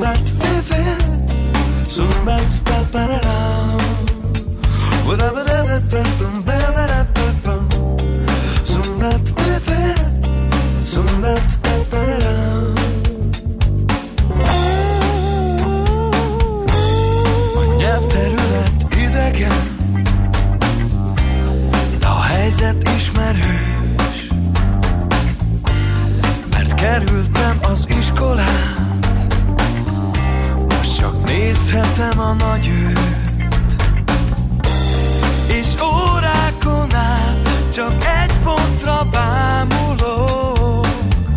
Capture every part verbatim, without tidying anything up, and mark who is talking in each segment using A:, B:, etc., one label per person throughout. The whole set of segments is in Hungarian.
A: that feeling, so that's that ba-da-da. Whatever that feeling, ba-da-da-da-da. So that feeling, so that's that ba-da-da. A nyelvterület idegen, de a helyzet ismerős, mert kerültem az iskolát, most csak nézhetem a nagy őt, és órákon át csak egy pontra bámulok.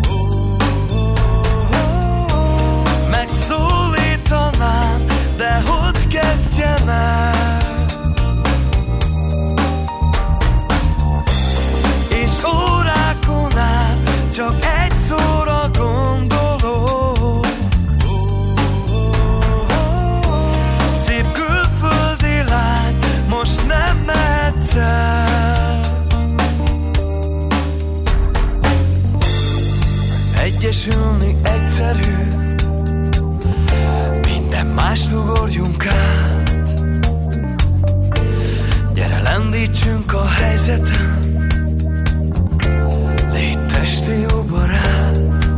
A: Megszólítanám, de hogy kezdjem el? És órákon át csak egy szóra gondolok. Szép külföldi lány, most nem mehetsz el. Egyesülni egyszerű, minden mást ugorjunk át. Gyere, lendítsünk a helyzeten, légy testi jó barát.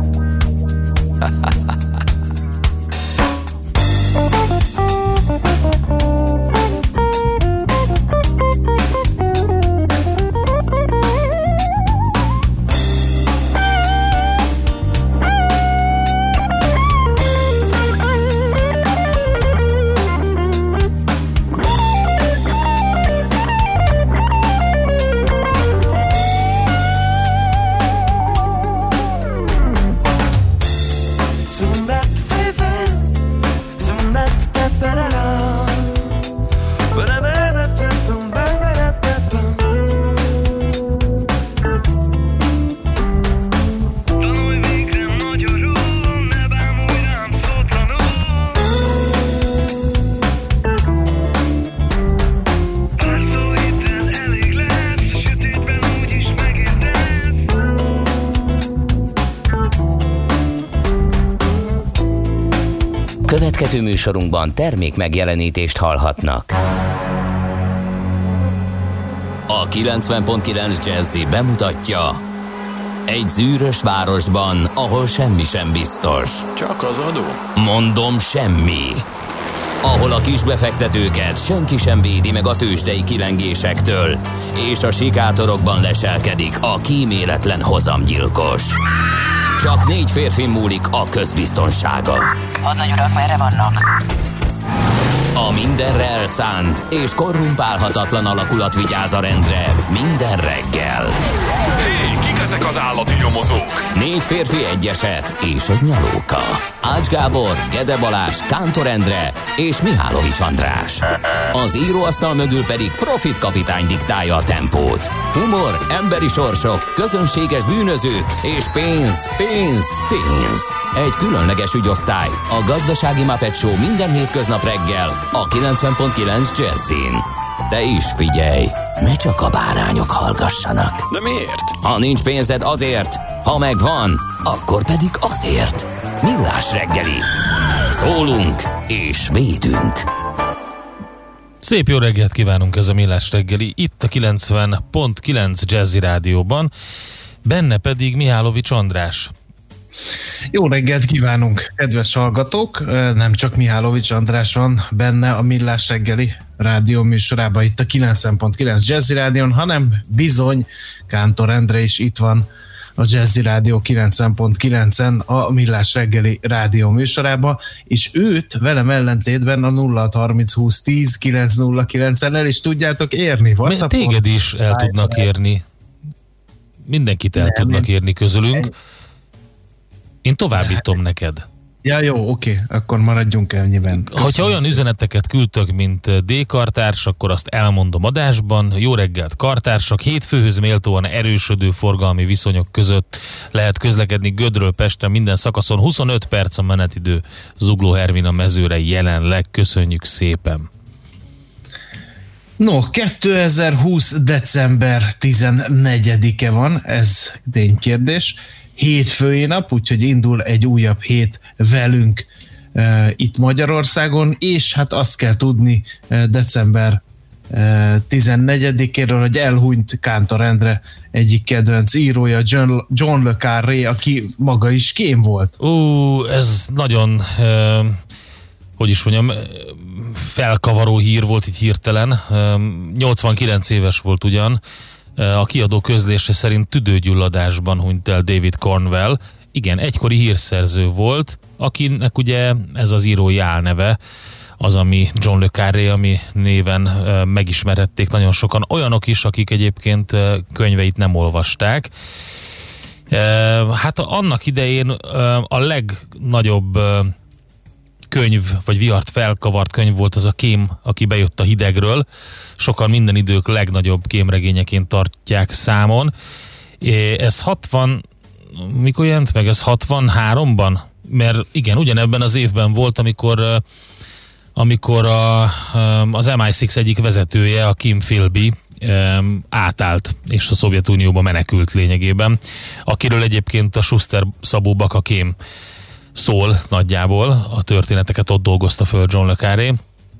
B: Következő műsorunkban termék megjelenítést hallhatnak. A kilencven pont kilenc Jazzy bemutatja: egy zűrös városban, ahol semmi sem biztos.
C: Csak az adó?
B: Mondom, semmi. Ahol a kisbefektetőket senki sem védi meg a tőzsdei kilengésektől, és a sikátorokban leselkedik a kíméletlen hozamgyilkos. Csak négy férfi múlik a közbiztonsága.
D: Hadnagy urak, merre vannak?
B: A mindenre elszánt és korrumpálhatatlan alakulat vigyáz a rendre minden reggel.
C: Hé, kik ezek az állati nyomozók?
B: Négy férfi, egy eset és egy nyalóka. Ács Gábor, Gede Balázs, Kántor Endre és Mihálovics András. Az íróasztal mögül pedig Profit kapitány diktálja a tempót. Humor, emberi sorsok, közönséges bűnözők és pénz, pénz, pénz. Egy különleges ügyosztály, a Gazdasági Muppet Show minden hétköznap reggel a kilencven pont kilenc Jazzyn. De is figyelj, ne csak a bárányok hallgassanak.
C: De miért?
B: Ha nincs pénzed, azért, ha megvan, akkor pedig azért. Millás reggeli. Szólunk és védünk.
E: Szép jó reggelt kívánunk, ez a Millás reggeli, itt a kilencven pont kilenc Jazzy Rádióban, benne pedig Mihálovics András.
F: Jó reggelt kívánunk, kedves hallgatók! Nem csak Mihálovics András van benne a Millás reggeli rádió műsorában, itt a kilencven pont kilenc Jazzy Rádión, hanem bizony Kántor Endre is itt van a Jazzy Rádió kilencven pont kilencen a Millás reggeli rádió műsorában, és őt velem ellentétben a nulla hat harminc húsz tíz kilenc nulla kilenc-en el is tudjátok érni.
E: WhatsAppon. Téged is el tudnak érni. Mindenkit el Nem, tudnak én... érni közülünk. Én továbbítom neked.
F: Ja, jó, oké, akkor maradjunk el nyilván.
E: Hogyha olyan üzeneteket küldtök, mint D-kartárs, akkor azt elmondom adásban. Jó reggelt, kartársak! Hétfőhöz méltóan erősödő forgalmi viszonyok között lehet közlekedni Gödről Pestre minden szakaszon. huszonöt perc a menetidő Zugló Hermina mezőre jelenleg. Köszönjük szépen!
F: No, kétezer-húsz december tizennegyedike van, ez ténykérdés. Hétfői nap, úgyhogy indul egy újabb hét velünk. itt Magyarországon, és hát azt kell tudni december tizennegyedikéről, hogy elhunyt Kántor Endre egyik kedvenc írója, John, John le Carré, aki maga is kém volt.
E: Ú, ez nagyon, eh, hogy is mondjam, felkavaró hír volt itt hirtelen. Eh, nyolcvankilenc éves volt ugyan. Eh, a kiadó közlése szerint tüdőgyulladásban hunyt el David Cornwell. Igen, egykori hírszerző volt, akinek ugye ez az írói álneve, az, ami John le Carré, ami néven uh, megismerhették nagyon sokan. Olyanok is, akik egyébként uh, könyveit nem olvasták. Uh, hát annak idején uh, a legnagyobb uh, könyv, vagy vihart felkavart könyv volt az a Kém, aki bejött a hidegről. Sokan minden idők legnagyobb kémregényeként tartják számon. Ez hatvan, mikor jelent meg? Ez hatvanháromban? Mert igen, ugyanebben az évben volt, amikor uh, amikor a, az em i hat egyik vezetője, a Kim Philby átállt, és a Szovjetunióba menekült lényegében, akiről egyébként a Schuster Szabó Baka Kém szól nagyjából, a történeteket ott dolgozta föl John le Carré,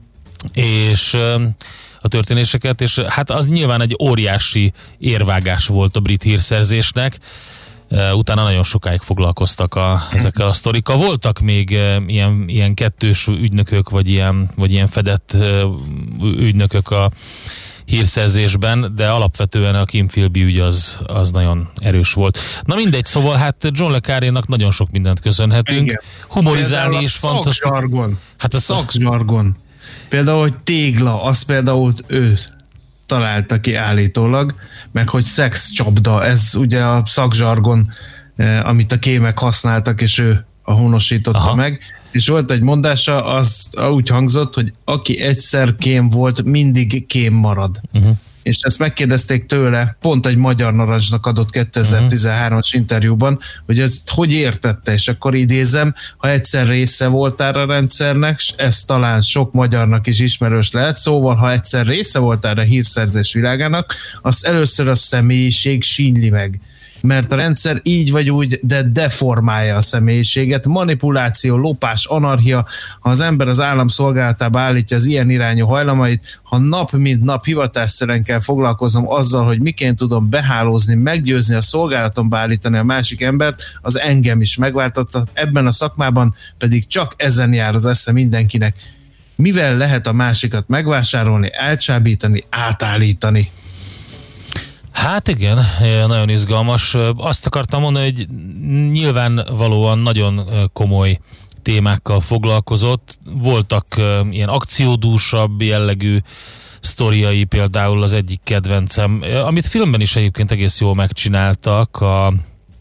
E: és a történéseket, és hát az nyilván egy óriási érvágás volt a brit hírszerzésnek. Utána nagyon sokáig foglalkoztak a, ezekkel a sztorikkal. Voltak még e, ilyen, ilyen kettős ügynökök, vagy ilyen, vagy ilyen fedett e, ügynökök a hírszerzésben, de alapvetően a Kim Philby ügy az, az nagyon erős volt. Na mindegy, szóval hát John le Carrénak nagyon sok mindent köszönhetünk. Igen. Humorizálni is fantasztikus.
F: Szakzsargon.
E: Hát a
F: szakzsargon. Például, hogy tégla, az például ő találta ki állítólag, meg hogy szexcsapda, ez ugye a szakzsargon, eh, amit a kémek használtak, és ő a honosította Aha. meg, és volt egy mondása, az úgy hangzott, hogy aki egyszer kém volt, mindig kém marad. Uh-huh. És ezt megkérdezték tőle, pont egy Magyar Narancsnak adott kétezer-tizenhármas uh-huh. interjúban, hogy ezt hogy értette, és akkor idézem, ha egyszer része voltál a rendszernek, ez talán sok magyarnak is ismerős lehet, szóval ha egyszer része voltál a hírszerzés világának, azt először a személyiség sínli meg. Mert a rendszer így vagy úgy, de deformálja a személyiséget, manipuláció, lopás, anarchia, ha az ember az állam szolgálatába állítja az ilyen irányú hajlamait, ha nap mint nap hivatásszerűen kell foglalkoznom azzal, hogy miként tudom behálózni, meggyőzni, a szolgálatomba állítani a másik embert, az engem is megváltoztat, ebben a szakmában pedig csak ezen jár az esze mindenkinek. Mivel lehet a másikat megvásárolni, elcsábítani, átállítani?
E: Hát igen, nagyon izgalmas. Azt akartam mondani, hogy nyilvánvalóan nagyon komoly témákkal foglalkozott. Voltak ilyen akciódúsabb jellegű sztoriai, például az egyik kedvencem, amit filmben is egyébként egész jól megcsináltak, a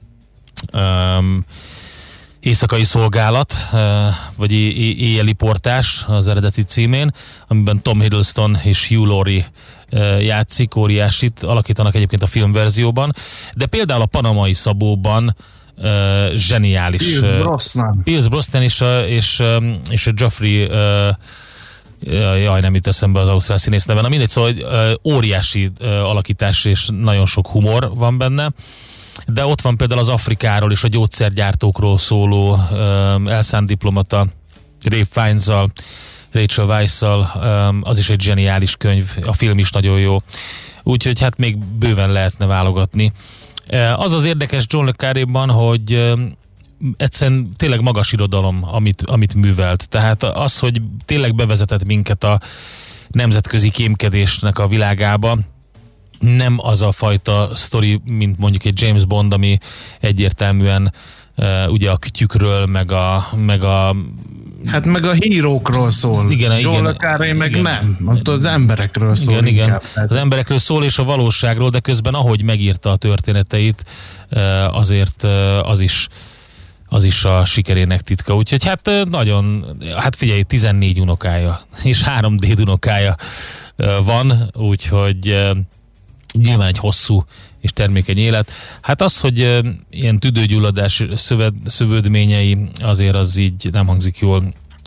E: um, Éjszakai Szolgálat, vagy Éjjeli Portás az eredeti címén, amiben Tom Hiddleston és Hugh Laurie játszik, óriásit alakítanak egyébként a filmverzióban, de például a Panamai Szabóban uh, zseniális.
F: Pierce Brosnan.
E: Pierce Brosnan és a, és, és a Geoffrey uh, jaj, nem jut eszembe az ausztrál színész neve, na mindegy, szóval uh, óriási uh, alakítás és nagyon sok humor van benne. De ott van például az Afrikáról és a gyógyszergyártókról szóló um, elszánt diplomata Ray Fiennes-zal, Rachel Weisz-szal, um, az is egy zseniális könyv, a film is nagyon jó. Úgyhogy hát még bőven lehetne válogatni. Uh, az az érdekes John le Carréban, hogy um, egyszerűen tényleg magas irodalom, amit, amit művelt. Tehát az, hogy tényleg bevezetett minket a nemzetközi kémkedésnek a világába, nem az a fajta sztori, mint mondjuk egy James Bond, ami egyértelműen uh, ugye a kütyükről, meg a, meg a
F: hát meg a hírókról szól.
E: Igen,
F: John
E: igen,
F: le Carré meg
E: igen,
F: nem. Az az emberekről szól.
E: Igen, igen.
F: Inkább.
E: Az emberekről szól és a valóságról, de közben ahogy megírta a történeteit, uh, azért uh, az is az is a sikerének titka. Úgyhogy hát nagyon, hát figyelj, tizennégy unokája és három dé unokája uh, van, úgyhogy uh, nyilván egy hosszú és termékeny élet. Hát az, hogy uh, ilyen tüdőgyulladás szöved, szövődményei, azért az így nem hangzik jól.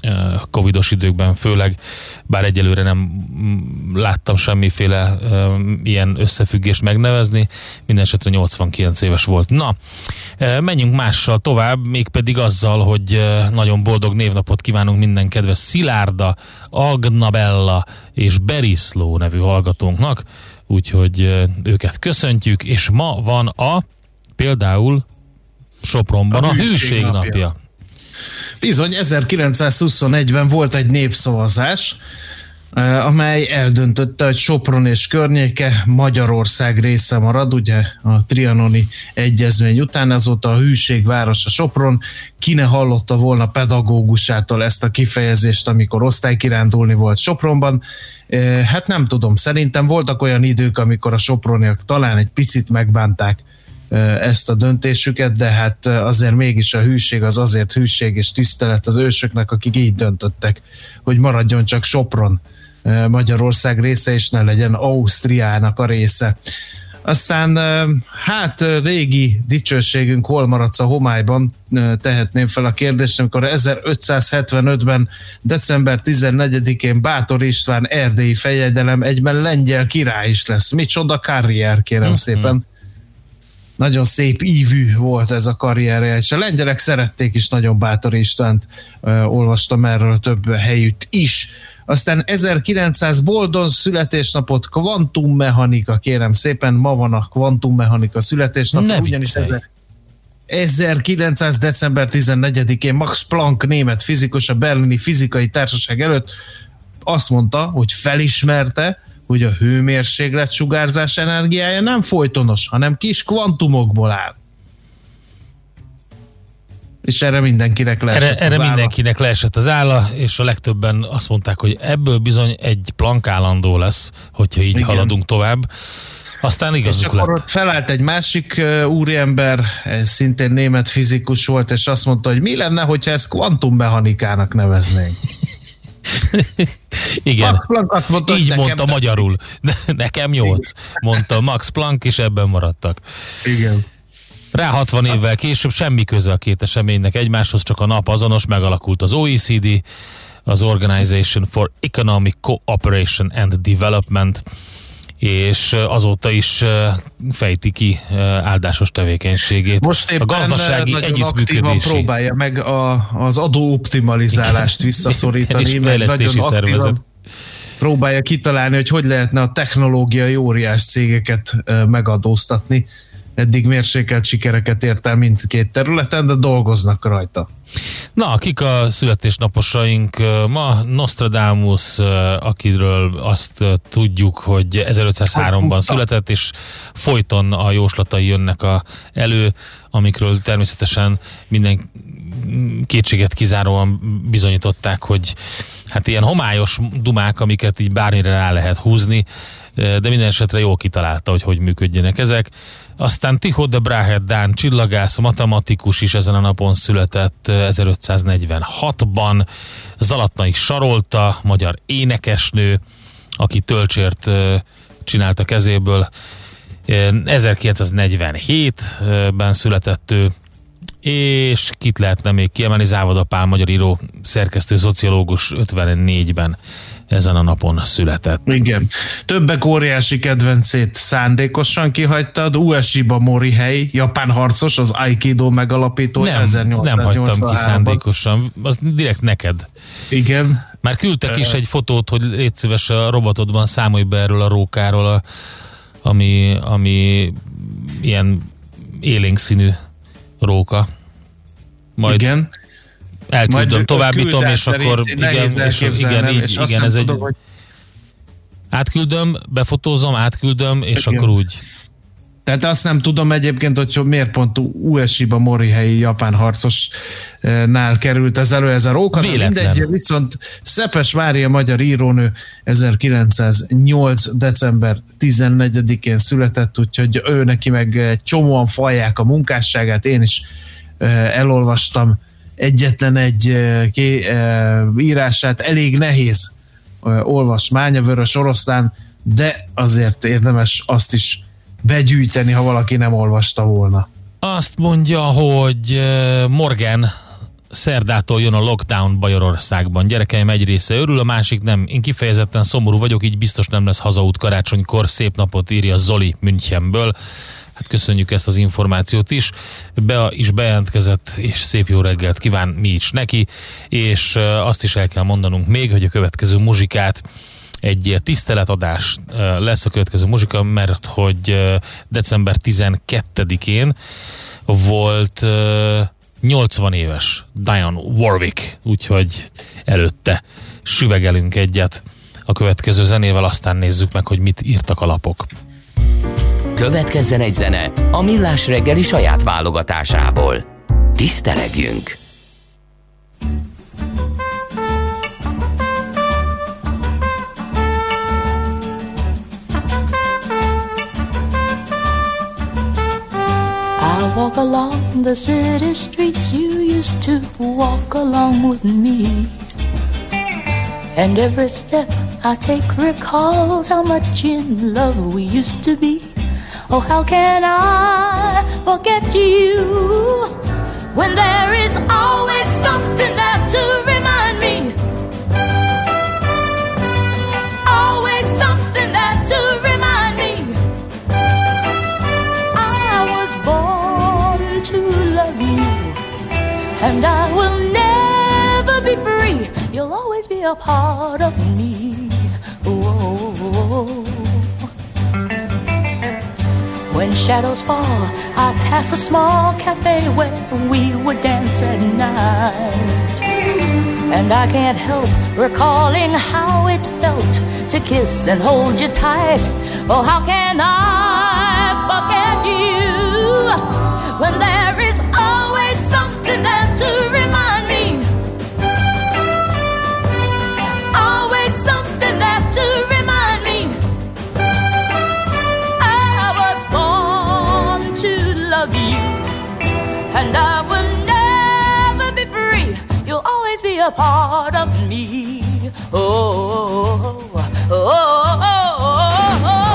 E: covidos időkben főleg, bár egyelőre nem láttam semmiféle ilyen összefüggést megnevezni, mindenesetre nyolcvankilenc éves volt. Na, menjünk mással tovább, mégpedig azzal, hogy nagyon boldog névnapot kívánunk minden kedves Szilárda, Agnabella és Beriszló nevű hallgatónknak, úgyhogy őket köszöntjük, és ma van a például Sopronban a, a Hűség, hűség napja. napja.
F: Bizony, ezerkilencszázhuszonegyben volt egy népszavazás, amely eldöntötte, hogy Sopron és környéke Magyarország része marad, ugye a trianoni egyezmény után, azóta a hűség városa Sopron. Ki ne hallotta volna pedagógusától ezt a kifejezést, amikor osztálykirándulni volt Sopronban. Hát nem tudom, szerintem voltak olyan idők, amikor a soproniak talán egy picit megbánták ezt a döntésüket, de hát azért mégis a hűség az azért hűség és tisztelet az ősöknek, akik így döntöttek, hogy maradjon csak Sopron Magyarország része, és ne legyen Ausztriának a része. Aztán hát régi dicsőségünk hol maradsz a homályban, tehetném fel a kérdést, amikor ezerötszázhetvenötben december tizennegyedikén Bátor István erdélyi fejedelem egyben lengyel király is lesz. Micsoda karrier, kérem mm-hmm. szépen. Nagyon szép ívű volt ez a karrierje, és a lengyelek szerették is nagyon Bátor Istvánt, olvastam erről több helyütt is. Aztán ezerkilencszáz boldog születésnapot, kvantummechanika, kérem szépen, ma van a kvantummechanika születésnapja, ugyanis ezerkilencszáz december tizennegyedikén Max Planck német fizikus a berlini fizikai társaság előtt azt mondta, hogy felismerte, hogy a hőmérséklet sugárzás energiája nem folytonos, hanem kis kvantumokból áll. És erre mindenkinek leesett
E: erre,
F: az
E: erre
F: álla.
E: mindenkinek leesett az álla, és a legtöbben azt mondták, hogy ebből bizony egy Planck állandó lesz, hogyha így igen. haladunk tovább. Aztán igazuk lett. És akkor ott
F: felállt egy másik uh, úriember, szintén német fizikus volt, és azt mondta, hogy mi lenne, hogyha ezt kvantummechanikának neveznénk.
E: Igen,
F: Max Planck azt mondta,
E: így mondta magyarul. Nekem nyolc, mondta Max Planck, és ebben maradtak.
F: Igen.
E: Rá hatvan évvel később semmi köze a két eseménynek egymáshoz, csak a nap azonos, megalakult az o e cé dé, az Organization for Economic Cooperation and Development, és azóta is fejti ki áldásos tevékenységét.
F: Most éppen
E: a gazdasági együttműködési
F: próbálja meg a, az adóoptimalizálást visszaszorítani,
E: meg nagyon aktívan
F: próbálja kitalálni, hogy hogy lehetne a technológiai óriás cégeket megadóztatni. Eddig mérsékelt sikereket ért el mindkét területen, de dolgoznak rajta.
E: Na, kik a születésnaposaink? Ma Nostradamus, akiről azt tudjuk, hogy ezerötszázháromban született, és folyton a jóslatai jönnek a elő, amikről természetesen minden kétséget kizáróan bizonyították, hogy hát ilyen homályos dumák, amiket így bármire rá lehet húzni, de minden esetre jól kitalálta, hogy hogy működjenek ezek. Aztán Tycho de Brahe, dán csillagász, matematikus is ezen a napon született ezerötszáznegyvenhatban. Zalatnai Sarolta, magyar énekesnő, aki tölcsért csinált a kezéből. ezerkilencszáznegyvenhétben született ő, és kit lehetne még kiemelni? Závada Pál, magyar író, szerkesztő, szociológus, ötvennégyben ezen a napon született.
F: Igen. Többek óriási kedvencét szándékosan kihagytad. Ueshiba Morihei, japán harcos, az Aikido megalapítója.
E: Nem, nem hagytam ki szándékosan. Az direkt neked.
F: Igen.
E: Már küldtek is egy fotót, hogy légy szíves a robotodban számolj be erről a rókáról, a, ami, ami ilyen élénk színű róka. Majd igen. Elküldöm, majd továbbítom, és akkor igen, és, igen, így, és igen, ez tudom, egy hogy... átküldöm, befotózom, átküldöm, és igen. akkor úgy.
F: Tehát azt nem tudom egyébként, hogy miért pont Ueshiba Morihei japán harcosnál került ez elő ez a róka. Mindegy, viszont Szepes Mária, magyar írónő, ezerkilencszáznyolc december tizennegyedikén született, úgyhogy ő neki meg egy csomóan fajják a munkásságát, én is elolvastam egyetlen egy ké, írását, elég nehéz olvasmány, a Vörös Oroszlán, de azért érdemes azt is begyűjteni, ha valaki nem olvasta volna.
E: Azt mondja, hogy Morgan szerdától jön a lockdown Bajorországban. Gyerekeim egy része örül, a másik nem. Én kifejezetten szomorú vagyok, így biztos nem lesz hazaút karácsonykor. Szép napot, írja Zoli Münchenből. Hát köszönjük ezt az információt is. Bea is bejelentkezett, és szép jó reggelt kíván mi is neki. És azt is el kell mondanunk még, hogy a következő muzsikát egy tiszteletadás lesz a következő muzsika, mert hogy december tizenkettedikén volt nyolcvan éves Dionne Warwick, úgyhogy előtte süvegelünk egyet a következő zenével, aztán nézzük meg, hogy mit írtak a lapok.
B: Következzen egy zene a Millás reggeli saját válogatásából. Tisztelegjünk!
G: I walk along the city streets you used to walk along with me, and every step I take recalls how much in love we used to be. Oh, how can I forget you when there is always something there to remind me, always something there to remind me. I was born to love you, and I will never be free. You'll always be a part of me. Oh. When shadows fall, I pass a small cafe where we would dance at night, and I can't help recalling how it felt to kiss and hold you tight. Oh, how can I forget you when there is always something there to remind me, always something there to remind me. I was born to love you, and I will never be free. You'll always be a part of me. Oh, oh, oh, oh, oh, oh.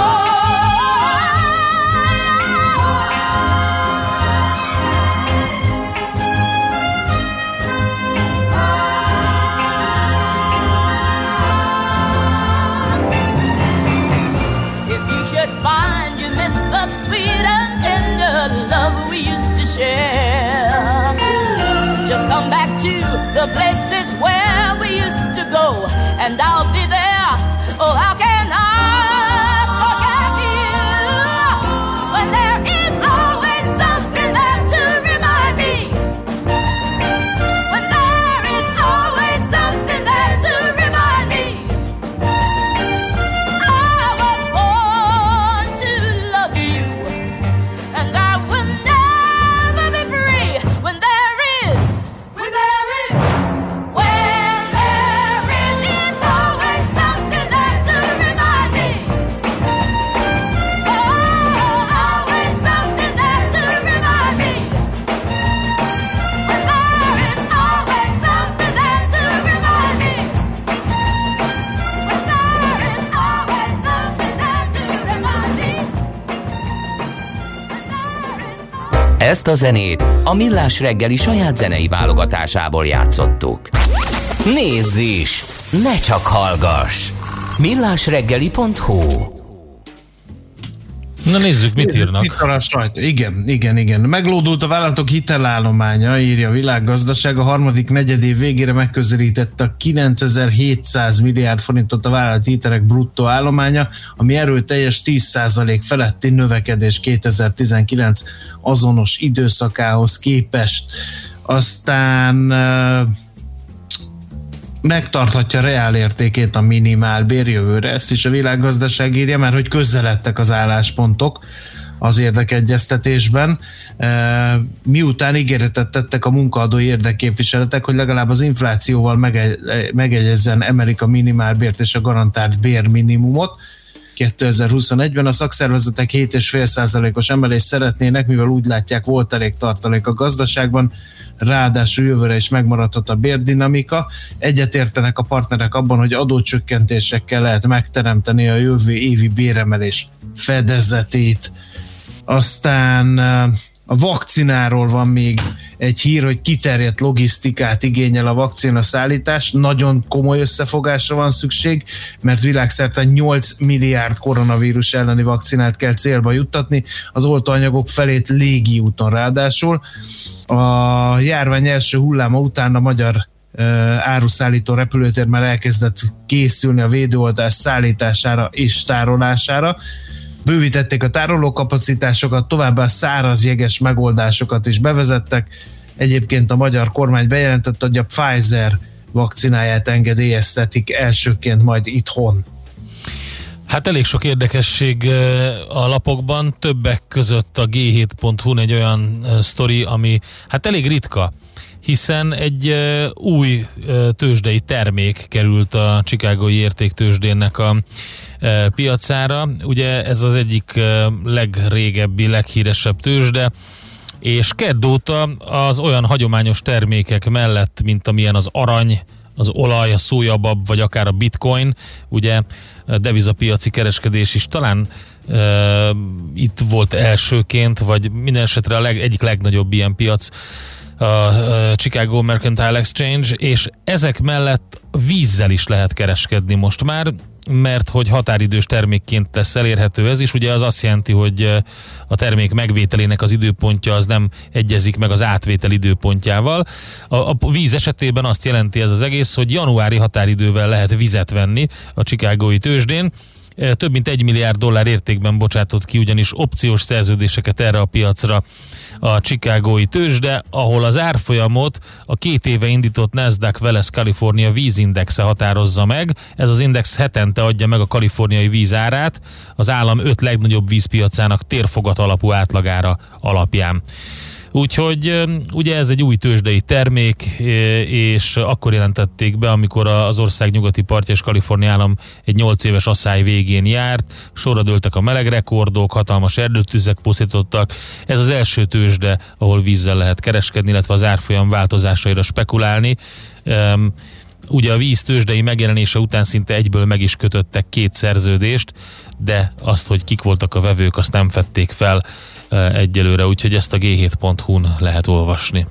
G: Love we used to share, just come back to the places where we used to go, and I'll be there. Oh, how can I forget you when there is always something there to remind me, when there is always something there to remind me. I was born to love you, and I will never be free when there is, when there is, when there is, it's always something there to remind me. Oh, always something there to remind me. When there is always something there to remind me. When there is always something there to remind me.
B: Ezt a zenét a Millás reggeli saját zenei válogatásából játszottuk. Nézz is! Ne csak hallgass! millásreggeli pont hu.
E: Na nézzük, mit írnak.
F: Mit a sajt? Igen, igen, igen. Meglódult a vállalatok hitelállománya, írja a Világgazdaság. A harmadik negyedév végére megközelítette a kilencezer-hétszáz milliárd forintot a vállalati hitelek bruttó állománya, ami erőteljes tíz százalék feletti növekedés kétezer-tizenkilenc azonos időszakához képest. Aztán megtarthatja reál értékét a minimál bér jövőre. Ezt is a Világgazdaság írja, mert hogy közeledtek az álláspontok az érdekegyeztetésben. Miután ígéretet tettek a munkaadói érdekképviseletek, hogy legalább az inflációval megegyezzen, emelik a minimálbért és a garantált bérminimumot. kétezer-huszonegyben a szakszervezetek hét egész öt százalékos emelést szeretnének, mivel úgy látják, volt elég tartalék a gazdaságban, ráadásul jövőre is megmaradhat a bérdinamika. Egyetértenek a partnerek abban, hogy adócsökkentésekkel lehet megteremteni a jövő évi béremelés fedezetét. Aztán A vakcináról van még egy hír, hogy kiterjedt logisztikát igényel a vakcina szállítás. Nagyon komoly összefogásra van szükség, mert világszerte nyolc milliárd koronavírus elleni vakcinát kell célba juttatni, az oltóanyagok felét légi úton ráadásul. A járvány első hulláma után a magyar áruszállító repülőtér már elkezdett készülni a védőoltás szállítására és tárolására. Bővítették a tárolókapacitásokat, továbbá száraz jeges megoldásokat is bevezettek. Egyébként a magyar kormány bejelentett, hogy a Pfizer vakcináját engedélyeztetik elsőként majd itthon.
E: Hát elég sok érdekesség a lapokban, többek között a gé hét pont hu egy olyan sztori, ami hát elég ritka, hiszen egy uh, új uh, tőzsdei termék került a chicagói értéktőzsdének a uh, piacára. Ugye ez az egyik uh, legrégebbi, leghíresebb tőzsde, és kedd óta az olyan hagyományos termékek mellett, mint amilyen az arany, az olaj, a szójabab, vagy akár a bitcoin, ugye a devizapiaci kereskedés is talán uh, itt volt elsőként, vagy minden esetre a leg, egyik legnagyobb ilyen piac, a Chicago Mercantile Exchange, és ezek mellett vízzel is lehet kereskedni most már, mert hogy határidős termékként tesz elérhető ez is, ugye az azt jelenti, hogy a termék megvételének az időpontja az nem egyezik meg az átvétel időpontjával. A, a víz esetében azt jelenti ez az egész, hogy januári határidővel lehet vizet venni a chicagói tőzsdén. Több mint egy milliárd dollár értékben bocsátott ki ugyanis opciós szerződéseket erre a piacra a chicagói tőzsde, ahol az árfolyamot a két éve indított Nasdaq Veles California vízindexe határozza meg. Ez az index hetente adja meg a kaliforniai víz árát az állam öt legnagyobb vízpiacának térfogat alapú átlagára alapján. Úgyhogy ugye ez egy új tőzsdei termék, és akkor jelentették be, amikor az ország nyugati partja és Kalifornia állam egy nyolc éves asszály végén járt, sorra dőltek a meleg rekordok, hatalmas erdőtüzek pusztítottak. Ez az első tőzsde, ahol vízzel lehet kereskedni, illetve az árfolyam változásaira spekulálni. Ugye a víz tőzsdei megjelenése után szinte egyből meg is kötöttek két szerződést, de azt, hogy kik voltak a vevők, azt nem fedték fel egyelőre, úgyhogy ezt a gé hét pont hu-n lehet olvasni.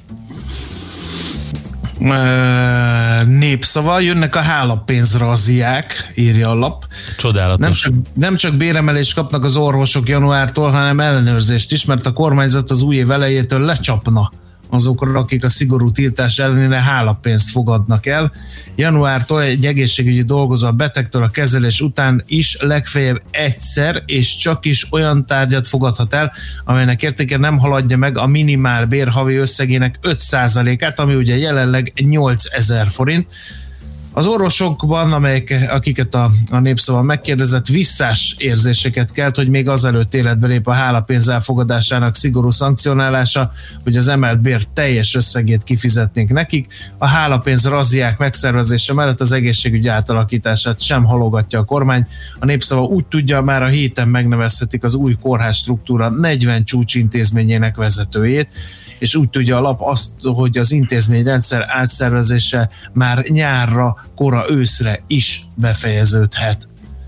F: Népszava, jönnek a hálapénzraziák, írja a lap.
E: Csodálatos.
F: Nem csak, nem csak béremelést kapnak az orvosok januártól, hanem ellenőrzést is, mert a kormányzat az új év elejétől lecsapna azokra, akik a szigorú tiltás ellenére hálapénzt fogadnak el. Januártól egy egészségügyi dolgozó a betegtől a kezelés után is legfeljebb egyszer és csak is olyan tárgyat fogadhat el, amelynek értéke nem haladja meg a minimál bér havi összegének öt százalékát, ami ugye jelenleg nyolcezer forint. Az orvosokban, amelyek, akiket a, a Népszava megkérdezett, visszás érzéseket kelt, hogy még azelőtt életbe lép a hálapénz elfogadásának szigorú szankcionálása, hogy az emelt bér teljes összegét kifizetnénk nekik. A hálapénz razziák megszervezése mellett az egészségügy átalakítását sem halogatja a kormány. A Népszava úgy tudja, már a héten megnevezhetik az új kórház struktúra negyven csúcsintézményének vezetőjét, és úgy tudja a lap azt, hogy az intézményrendszer átszervezése már nyárra, kora őszre is befejeződhet.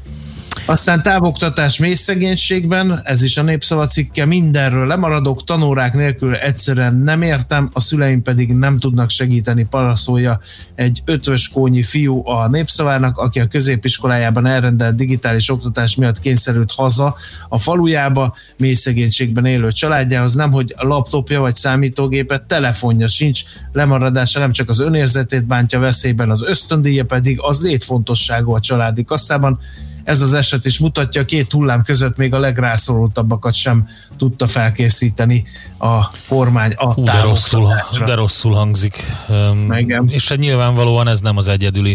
F: Aztán távoktatás mély szegénységben, ez is a Népszava cikke, mindenről lemaradok, tanórák nélkül egyszerűen nem értem, a szüleim pedig nem tudnak segíteni, paraszolja egy ötvöskónyi fiú a Népszavának, aki a középiskolájában elrendelt digitális oktatás miatt kényszerült haza a falujába, mély szegénységben élő családjához, nemhogy laptopja vagy számítógépe, telefonja sincs, lemaradása nem csak az önérzetét bántja veszélyben, az ösztöndíja pedig az létfontosságú a családi kasszában. Ez az eset is mutatja, a két hullám között még a legrászorultabbakat sem tudta felkészíteni a kormány a
E: Hú, de rosszul, de rosszul hangzik.
F: Igen.
E: És hát nyilvánvalóan ez nem az egyedüli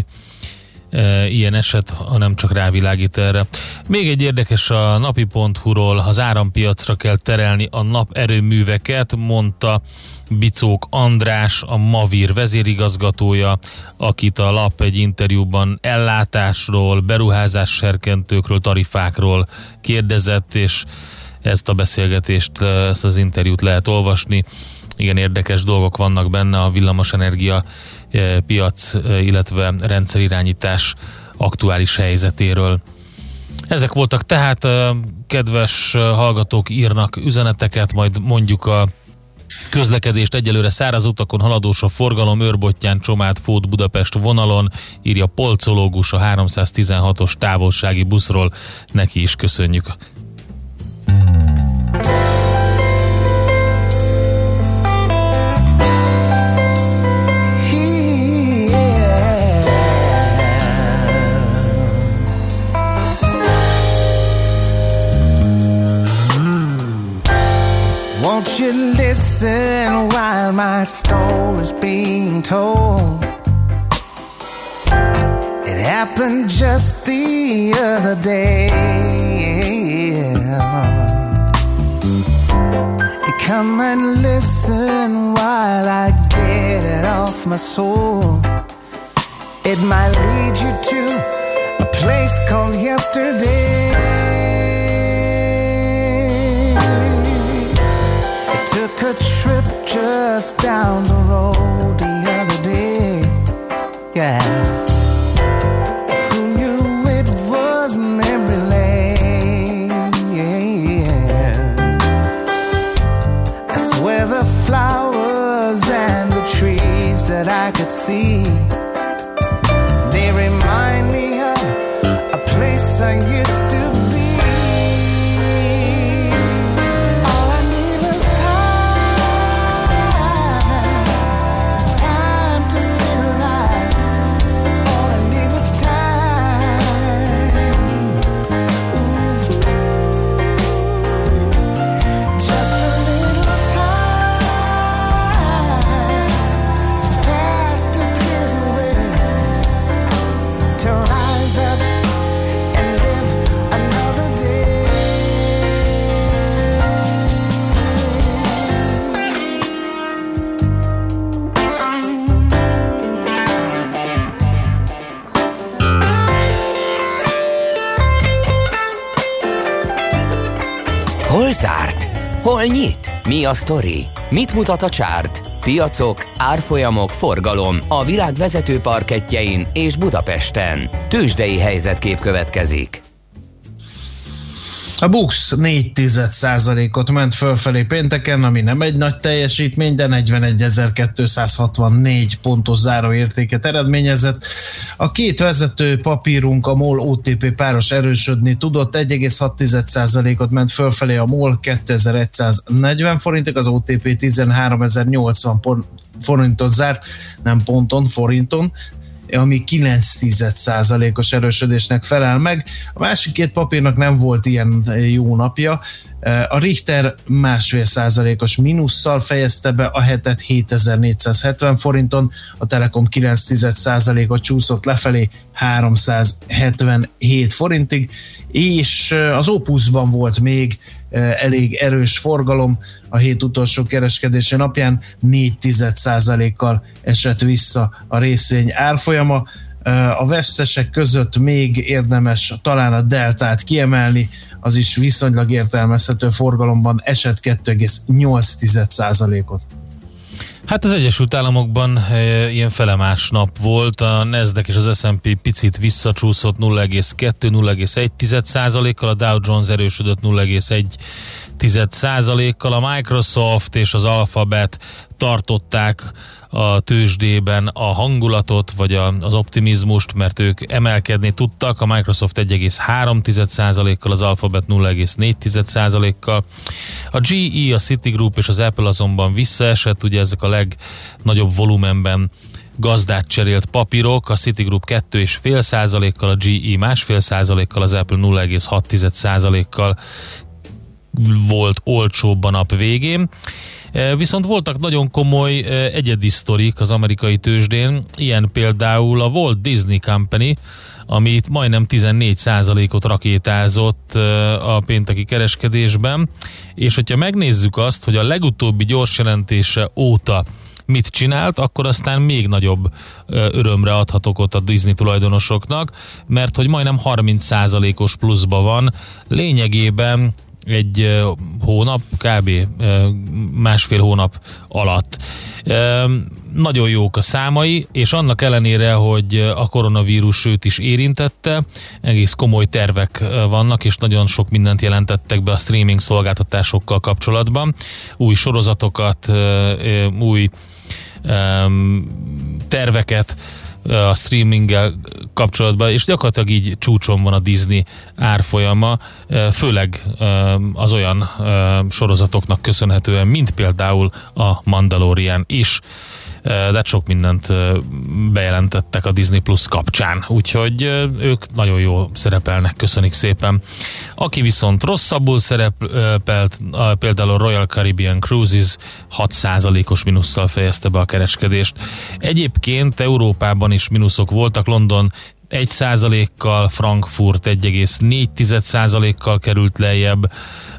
E: e, ilyen eset, hanem csak rávilágít erre. Még egy érdekes a napi pont hu-ról, az árampiacra kell terelni a naperőműveket, mondta Bicók András, a Mavir vezérigazgatója, akit a lap egy interjúban ellátásról, beruházás serkentőkről, tarifákról kérdezett, és ezt a beszélgetést, ezt az interjút lehet olvasni. Igen, érdekes dolgok vannak benne a villamosenergia piac, illetve rendszerirányítás aktuális helyzetéről. Ezek voltak tehát, kedves hallgatók írnak üzeneteket, majd mondjuk a közlekedést. Egyelőre száraz utakon haladós a forgalom, Őrbottyán, Csomád, Fót, Budapest vonalon, írja polcológus a háromszáztizenhatos távolsági buszról. Neki is köszönjük.
H: Won't you listen while my story's being told? It happened just the other day. Come and listen while I get it off my soul. It might lead you to a place called yesterday. Took a trip just down the road the other day. Yeah. Who knew it was memory lane? Yeah. I swear the flowers and the trees that I could see, they remind me of a place I used to be.
B: Hol zárt? Hol nyit? Mi a sztori? Mit mutat a csárt? Piacok, árfolyamok, forgalom a világ vezető parkettjein és Budapesten. Tőzsdei helyzetkép következik.
F: A BUX négy tized százalékot ment fölfelé pénteken, ami nem egy nagy teljesítmény, de negyvenegy-ezer-kétszázhatvannégy pontos záróértéket eredményezett. A két vezető papírunk, a MOL o té pé páros erősödni tudott, egy egész hat tized százalékot ment fölfelé a MOL kétezer-egysszáznegyven forintig, az o té pé tizenháromezer-nyolcvan forintot zárt, nem ponton, forinton, ami kilenc tized százalékos erősödésnek felel meg. A másik két papírnak nem volt ilyen jó napja. A Richter másfél százalékos mínusszal fejezte be a hetet hétezer-négyszázhetven forinton, a Telekom kilenc tized százalékot csúszott lefelé háromszázhetvenhét forintig, és az Opusban volt még elég erős forgalom, a hét utolsó kereskedési napján négy tized százalékkal esett vissza a részvény árfolyama. A vesztesek között még érdemes talán a Deltát kiemelni, az is viszonylag értelmezhető forgalomban esett kettő egész nyolc tized százalékot.
E: Hát az Egyesült Államokban e, ilyen felemás nap volt, a Nasdaq és az es and pé picit visszacsúszott nulla egész kettő - nulla egész egy tized százalékkal, a Dow Jones erősödött nulla egész egy tized százalékkal, a Microsoft és az Alphabet tartották a tőzsdében a hangulatot, vagy a, az optimizmust, mert ők emelkedni tudtak, a Microsoft egy egész három tized százalékkal, az Alphabet nulla egész négy tized százalékkal. A gé é, a Citigroup és az Apple azonban visszaesett, ugye ezek a legnagyobb volumenben gazdát cserélt papírok, a Citigroup kettő egész öt százalékkal, a gé é másfél százalékkal, az Apple nulla egész hat tized százalékkal volt olcsóbb a nap végén. Viszont voltak nagyon komoly egyedi sztorik az amerikai tőzsdén, ilyen például a Walt Disney Company, amit majdnem tizennégy százalékot rakétázott a pénteki kereskedésben, és hogyha megnézzük azt, hogy a legutóbbi gyors jelentése óta mit csinált, akkor aztán még nagyobb örömre adhatok ott a Disney tulajdonosoknak, mert hogy majdnem harminc százalékos pluszba van, lényegében egy hónap, kb. Másfél hónap alatt. Nagyon jók a számai, és annak ellenére, hogy a koronavírus őt is érintette, egész komoly tervek vannak, és nagyon sok mindent jelentettek be a streaming szolgáltatásokkal kapcsolatban. Új sorozatokat, új terveket a streaminggel kapcsolatban, és gyakorlatilag így csúcson van a Disney árfolyama, főleg az olyan sorozatoknak köszönhetően, mint például a Mandalorian is, de sok mindent bejelentettek a Disney Plus kapcsán, úgyhogy ők nagyon jól szerepelnek, köszönik szépen. Aki viszont rosszabbul szerepelt, például a Royal Caribbean Cruises hat százalékos mínusszal fejezte be a kereskedést. Egyébként Európában is mínuszok voltak, London egy százalékkal, Frankfurt egy egész négy százalékkal került lejjebb,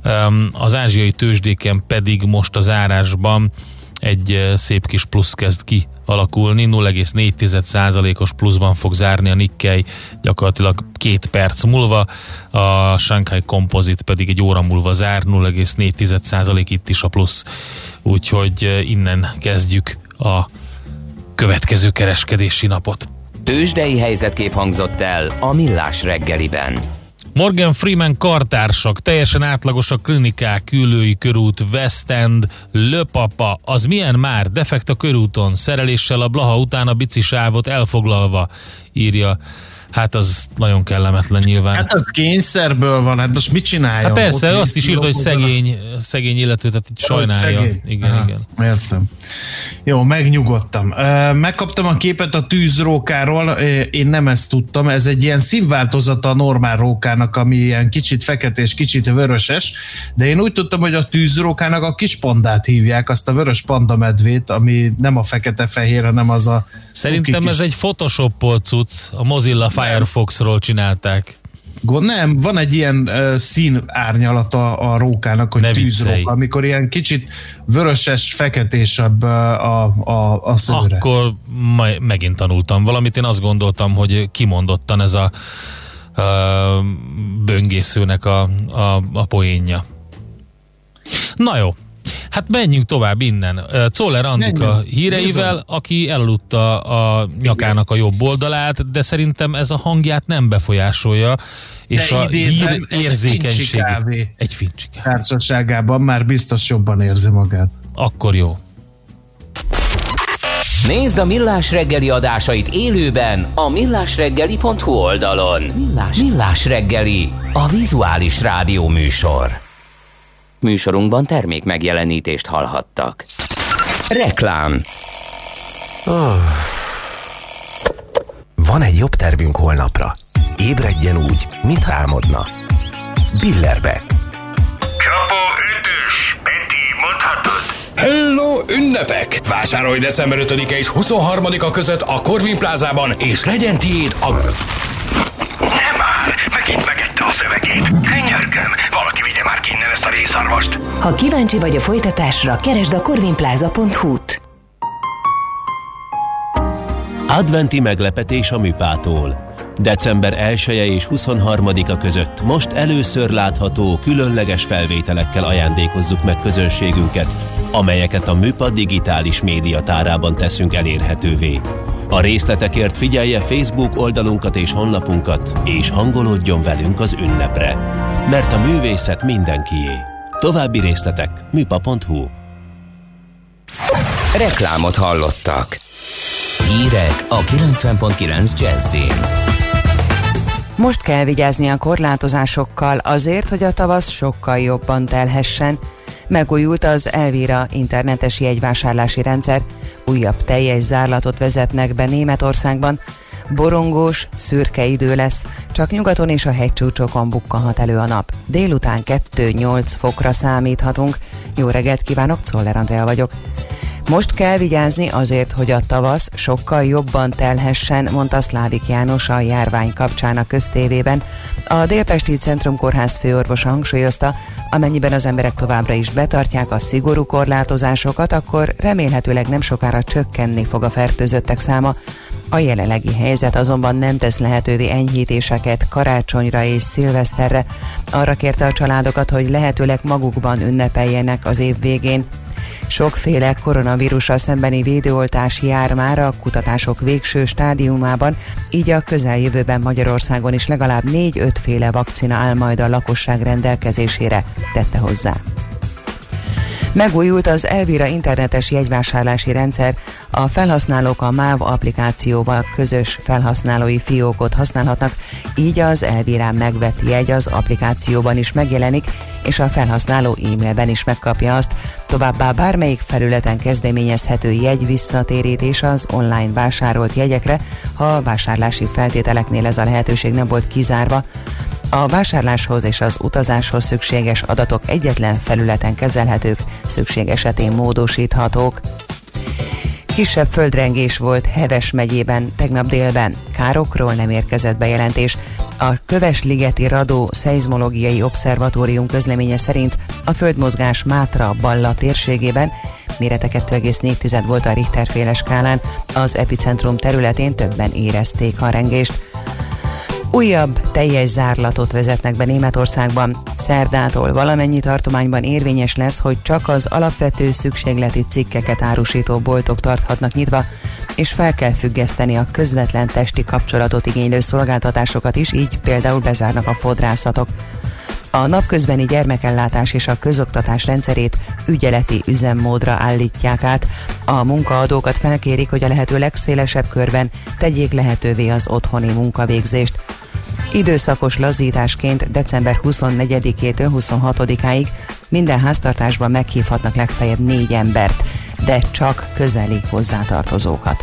E: az ázsiai tőzsdéken pedig most az árásban egy szép kis plusz kezd kialakulni, nulla egész négy százalékos pluszban fog zárni a Nikkei gyakorlatilag két perc múlva, a Shanghai Composite pedig egy óra múlva zár, nulla egész négy százalék itt is a plusz, úgyhogy innen kezdjük a következő kereskedési napot.
B: Tőzsdei helyzetkép hangzott el a Millás reggeliben.
E: Morgan Freeman kartársak, teljesen átlagos a klinikák, Küllői körút, West End, Löpapa, az milyen már? Defekt a körúton, szereléssel a Blaha után a bicisávot elfoglalva, írja. Hát az nagyon kellemetlen nyilván.
F: Hát az kényszerből van, hát most mit csináljon?
E: Hát persze,
F: ott
E: azt is írta, hogy szegény, szegény illető, tehát így sajnálja. Szegény. Igen, aha, igen.
F: Értem. Jó, megnyugodtam. Megkaptam a képet a tűzrókáról, én nem ezt tudtam, ez egy ilyen színváltozata a normál rókának, ami ilyen kicsit feketés, kicsit vöröses, de én úgy tudtam, hogy a tűzrókának a kis pandát hívják, azt a vörös pandamedvét, ami nem a fekete-fehér, hanem az a...
E: Szerintem ez kis... egy photoshopolt cucc, a Mozilla Firefoxról csinálták.
F: Nem, van egy ilyen uh, szín árnyalata a rókának, hogy tűzróka, amikor ilyen kicsit vöröses, feketésebb uh, a, a, a szőre.
E: Akkor majd megint tanultam valamit, én azt gondoltam, hogy kimondottan ez a uh, böngészőnek a, a, a poénja. Na jó, hát menjünk tovább innen. Czoller Andika híreivel, aki elaludta a nyakának a jobb oldalát, de szerintem ez a hangját nem befolyásolja, és de a hír érzékenység egy fincsi kávé
F: társaságában már biztos jobban érzi magát.
E: Akkor jó.
B: Nézd a Millás reggeli adásait élőben a millásreggeli pont hu oldalon. Millás, Millás reggeli, a vizuális rádió műsor. Műsorunkban termék megjelenítést hallhattak. Reklám.
I: Oh. Van egy jobb tervünk holnapra. Ébredjen úgy, mintha álmodna. Billerbeck.
J: Csapó ötös, Peti, mondhatod?
C: Hello, ünnepek! Vásárolj december ötödike és huszonharmadika között a Corvin Plázában, és legyen tiéd a...
J: Nem már! Megint megette a szövegét. Könyörgöm, valaki vigye már ki innen ezt a részarvast.
K: Ha kíváncsi vagy a folytatásra, keresd a corvinplaza pont hu-t.
L: Adventi meglepetés a Műpától. december elseje és huszonharmadika között most először látható, különleges felvételekkel ajándékozzuk meg közönségünket, amelyeket a Műpa digitális médiatárában teszünk elérhetővé. A részletekért figyelje Facebook oldalunkat és honlapunkat, és hangolódjon velünk az ünnepre. Mert a művészet mindenkié. További részletek műpa pont hu.
B: Reklámot hallottak. Hírek a kilencven pont kilenc Jazzin.
M: Most kell vigyázni a korlátozásokkal azért, hogy a tavasz sokkal jobban telhessen. Megújult az Elvira internetes jegyvásárlási rendszer, újabb teljes zárlatot vezetnek be Németországban. Borongós, szürke idő lesz, csak nyugaton és a hegycsúcsokon bukkanhat elő a nap. Délután kettő-nyolc fokra számíthatunk. Jó reggelt kívánok, Czoller Andrea vagyok. Most kell vigyázni azért, hogy a tavasz sokkal jobban telhessen, mondta Szlávik János a járvány kapcsán a köztévében. A Délpesti Centrumkórház főorvosa hangsúlyozta, amennyiben az emberek továbbra is betartják a szigorú korlátozásokat, akkor remélhetőleg nem sokára csökkenni fog a fertőzöttek száma. A jelenlegi helyzet azonban nem tesz lehetővé enyhítéseket karácsonyra és szilveszterre. Arra kérte a családokat, hogy lehetőleg magukban ünnepeljenek az év végén. Sokféle koronavírussal szembeni védőoltás jár már a kutatások végső stádiumában, így a közeljövőben Magyarországon is legalább négy-öt féle vakcina áll majd a lakosság rendelkezésére, tette hozzá. Megújult az Elvira internetes jegyvásárlási rendszer, a felhasználók a MÁV applikációval közös felhasználói fiókot használhatnak, így az Elvirán megvett jegy az applikációban is megjelenik, és a felhasználó e-mailben is megkapja azt. Továbbá bármelyik felületen kezdeményezhető jegy visszatérítés az online vásárolt jegyekre, ha a vásárlási feltételeknél ez a lehetőség nem volt kizárva. A vásárláshoz és az utazáshoz szükséges adatok egyetlen felületen kezelhetők, szükség esetén módosíthatók. Kisebb földrengés volt Heves megyében tegnap délben. Károkról nem érkezett bejelentés. A Kövesligeti Radó Szeizmológiai Obszervatórium közleménye szerint a földmozgás Mátra-Balla térségében mérete kettő egész négy volt a Richter-féle skálán, az epicentrum területén többen érezték a rengést. Újabb teljes zárlatot vezetnek be Németországban. Szerdától valamennyi tartományban érvényes lesz, hogy csak az alapvető szükségleti cikkeket árusító boltok tarthatnak nyitva, és fel kell függeszteni a közvetlen testi kapcsolatot igénylő szolgáltatásokat is, így például bezárnak a fodrászatok. A napközbeni gyermekellátás és a közoktatás rendszerét ügyeleti üzemmódra állítják át. A munkaadókat felkérik, hogy a lehető legszélesebb körben tegyék lehetővé az otthoni munkavégzést. Időszakos lazításként december huszonnegyedikétől huszonhatodikáig minden háztartásban meghívhatnak legfeljebb négy embert, de csak közeli hozzátartozókat.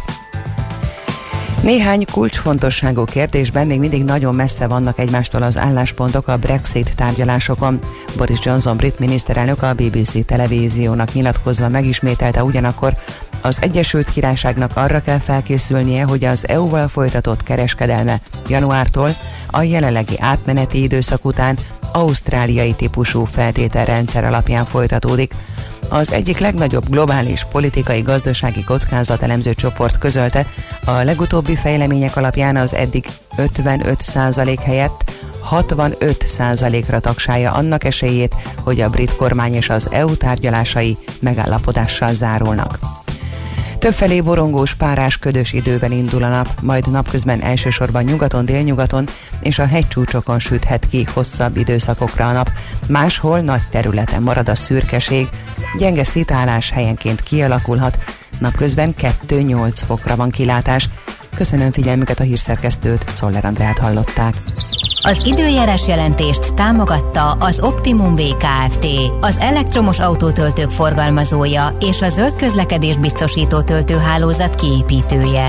M: Néhány kulcsfontosságú kérdésben még mindig nagyon messze vannak egymástól az álláspontok a Brexit tárgyalásokon. Boris Johnson brit miniszterelnök a bé bé cé televíziónak nyilatkozva megismételte ugyanakkor, az Egyesült Királyságnak arra kell felkészülnie, hogy az é u-val folytatott kereskedelme januártól a jelenlegi átmeneti időszak után ausztráliai típusú feltételrendszer alapján folytatódik. Az egyik legnagyobb globális politikai gazdasági kockázatelemző csoport közölte, a legutóbbi fejlemények alapján az eddig ötvenöt százalék helyett hatvanöt százalékra tagsálja annak esélyét, hogy a brit kormány és az é u tárgyalásai megállapodással zárulnak. Többfelé borongós, párás, ködös időben indul a nap, majd napközben elsősorban nyugaton, délnyugaton és a hegycsúcsokon süthet ki hosszabb időszakokra a nap. Máshol nagy területen marad a szürkeség, gyenge szitálás helyenként kialakulhat, napközben kettő-nyolc fokra van kilátás. Köszönöm figyelmüket, a hírszerkesztőt, Czoller Andrát hallották.
N: Az időjárás jelentést támogatta az Optimum vé Kft., az elektromos autótöltők forgalmazója és a zöld közlekedést biztosító töltőhálózat kiépítője.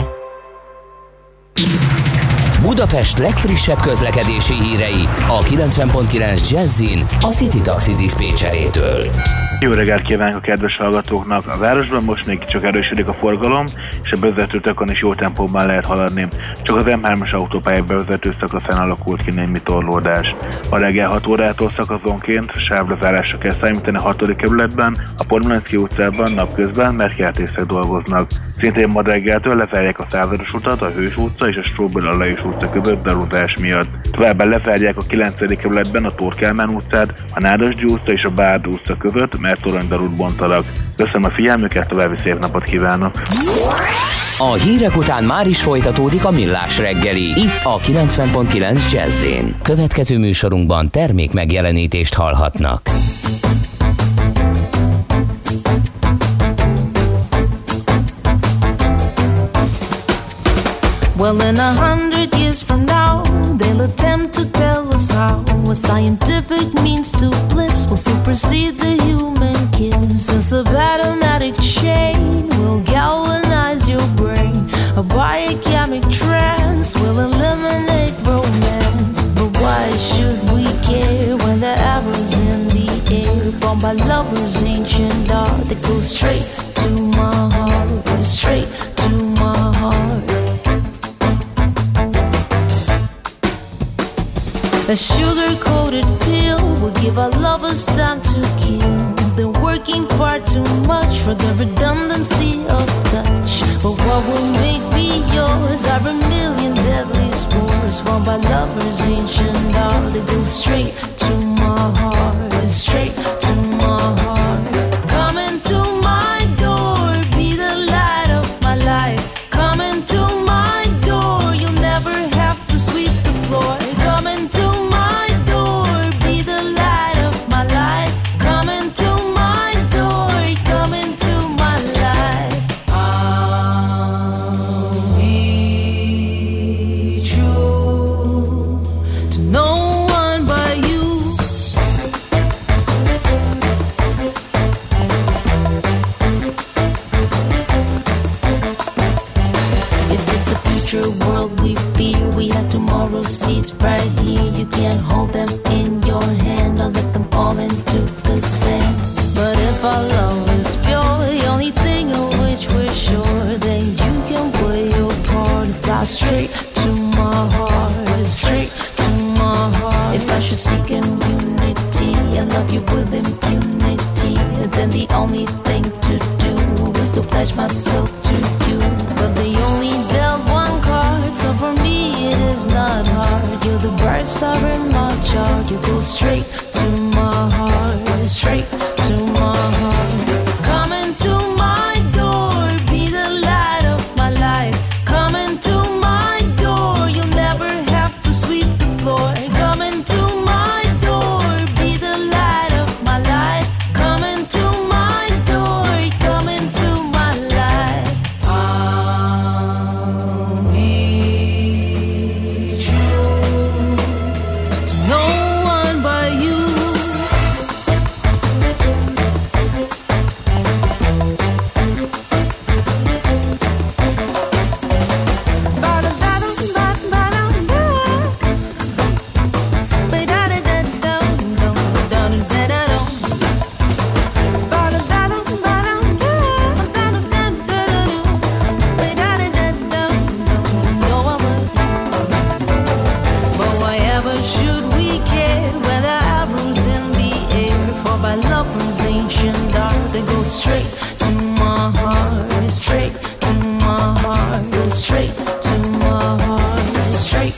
B: Budapest legfrissebb közlekedési hírei a kilencven pont kilenc Jazzin a City Taxi diszpécserétől.
O: Jó reggelt kívánok a kedves hallgatóknak! A városban most még csak erősödik a forgalom, és a bevezetőtakon is jó tempóban lehet haladni. Csak az em hármas autópálya bevezető szakaszán alakult ki némi torlódás. A reggel hat órától szakaszonként sávlezárásra kell számítani a hatodik kerületben, a Podmanicki utcában napközben, mert kertészek dolgoznak. Szintén ma reggeltől lezárják a százados utat, a Hős utca és a Stróbel Alajos utca között darúzás miatt. Továbbá lezárják a kilencedik kerületben a Tóth Kálmán utcát, a Nádasdy utca és a Bárd utca között, mert toronydarút bontanak. Köszönöm a figyelmüket, további szép napot kívánok!
B: A hírek után már is folytatódik a Millás reggeli, itt a kilencven pont kilenc Jazz-én. Következő műsorunkban termék megjelenítést hallhatnak.
P: Well, in a hundred years from now, they'll attempt to tell us how a scientific means to bliss will supersede the human kiss. Since a automatic chain will galvanize your brain, a biochemic trance will eliminate romance. But why should we care when the arrows in the air formed by lovers' ancient art that goes straight to my heart, straight to my heart? A sugar-coated pill will give our lovers time to kill. They're working far too much for the redundancy of touch. But what will make me yours? yours are a million deadly spores formed by lovers' ancient art. They go straight to my heart, straight to my heart. Come into my door, be the light of my life. Come into my door, you'll never have to sweep the floor. Come into my door, be the light of my life. Come into my door, come into my life. I'll be true to no one but you. If it's a future world we fear, we have tomorrow's seeds right here. You can't hold them in your hand or let them fall into the sand. But if our love is pure, the only thing of which we're sure, then you can play your part. Fly straight to my heart, straight to my heart. If I should seek immunity and love you with impunity, then the only thing to do is to pledge myself to you. But they only dealt one card, so for me it is not hard. You're the bright star in my chart. You go straight to my heart, straight to my heart. Come into my door, be the light of my life. Come into my door, you'll never have to sweep the floor. Come into my door, be the light of my life. Come into my door, come into my life. I'll be true to no one but you. But why ever should we care when the arrows in the air? For by lovers' ancient art, they go straight to my heart, straight to my heart, straight to my heart, straight.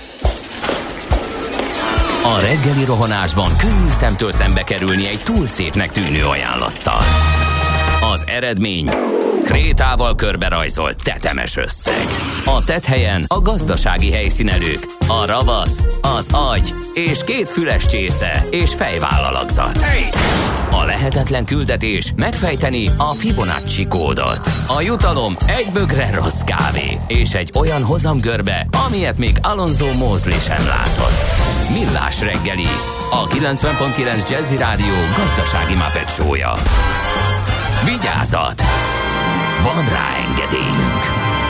B: A reggeli rohanásban könnyű szemtől szembe kerülni egy túl szépnek tűnő ajánlattal. Az eredmény krétával körberajzolt tetemes összeg. A tetthelyen a gazdasági helyszínelők, a ravasz, az agy és két füles csésze és fejvállalakzat. A lehetetlen küldetés megfejteni a Fibonacci kódot. A jutalom egy bögre rossz kávé és egy olyan hozamgörbe, amilyet még Alonso Mosley sem látott. Millás reggeli, a kilencven pont kilenc Jazzy Rádió gazdasági Muppet show-ja. Vigyázat! Van rá engedélyünk!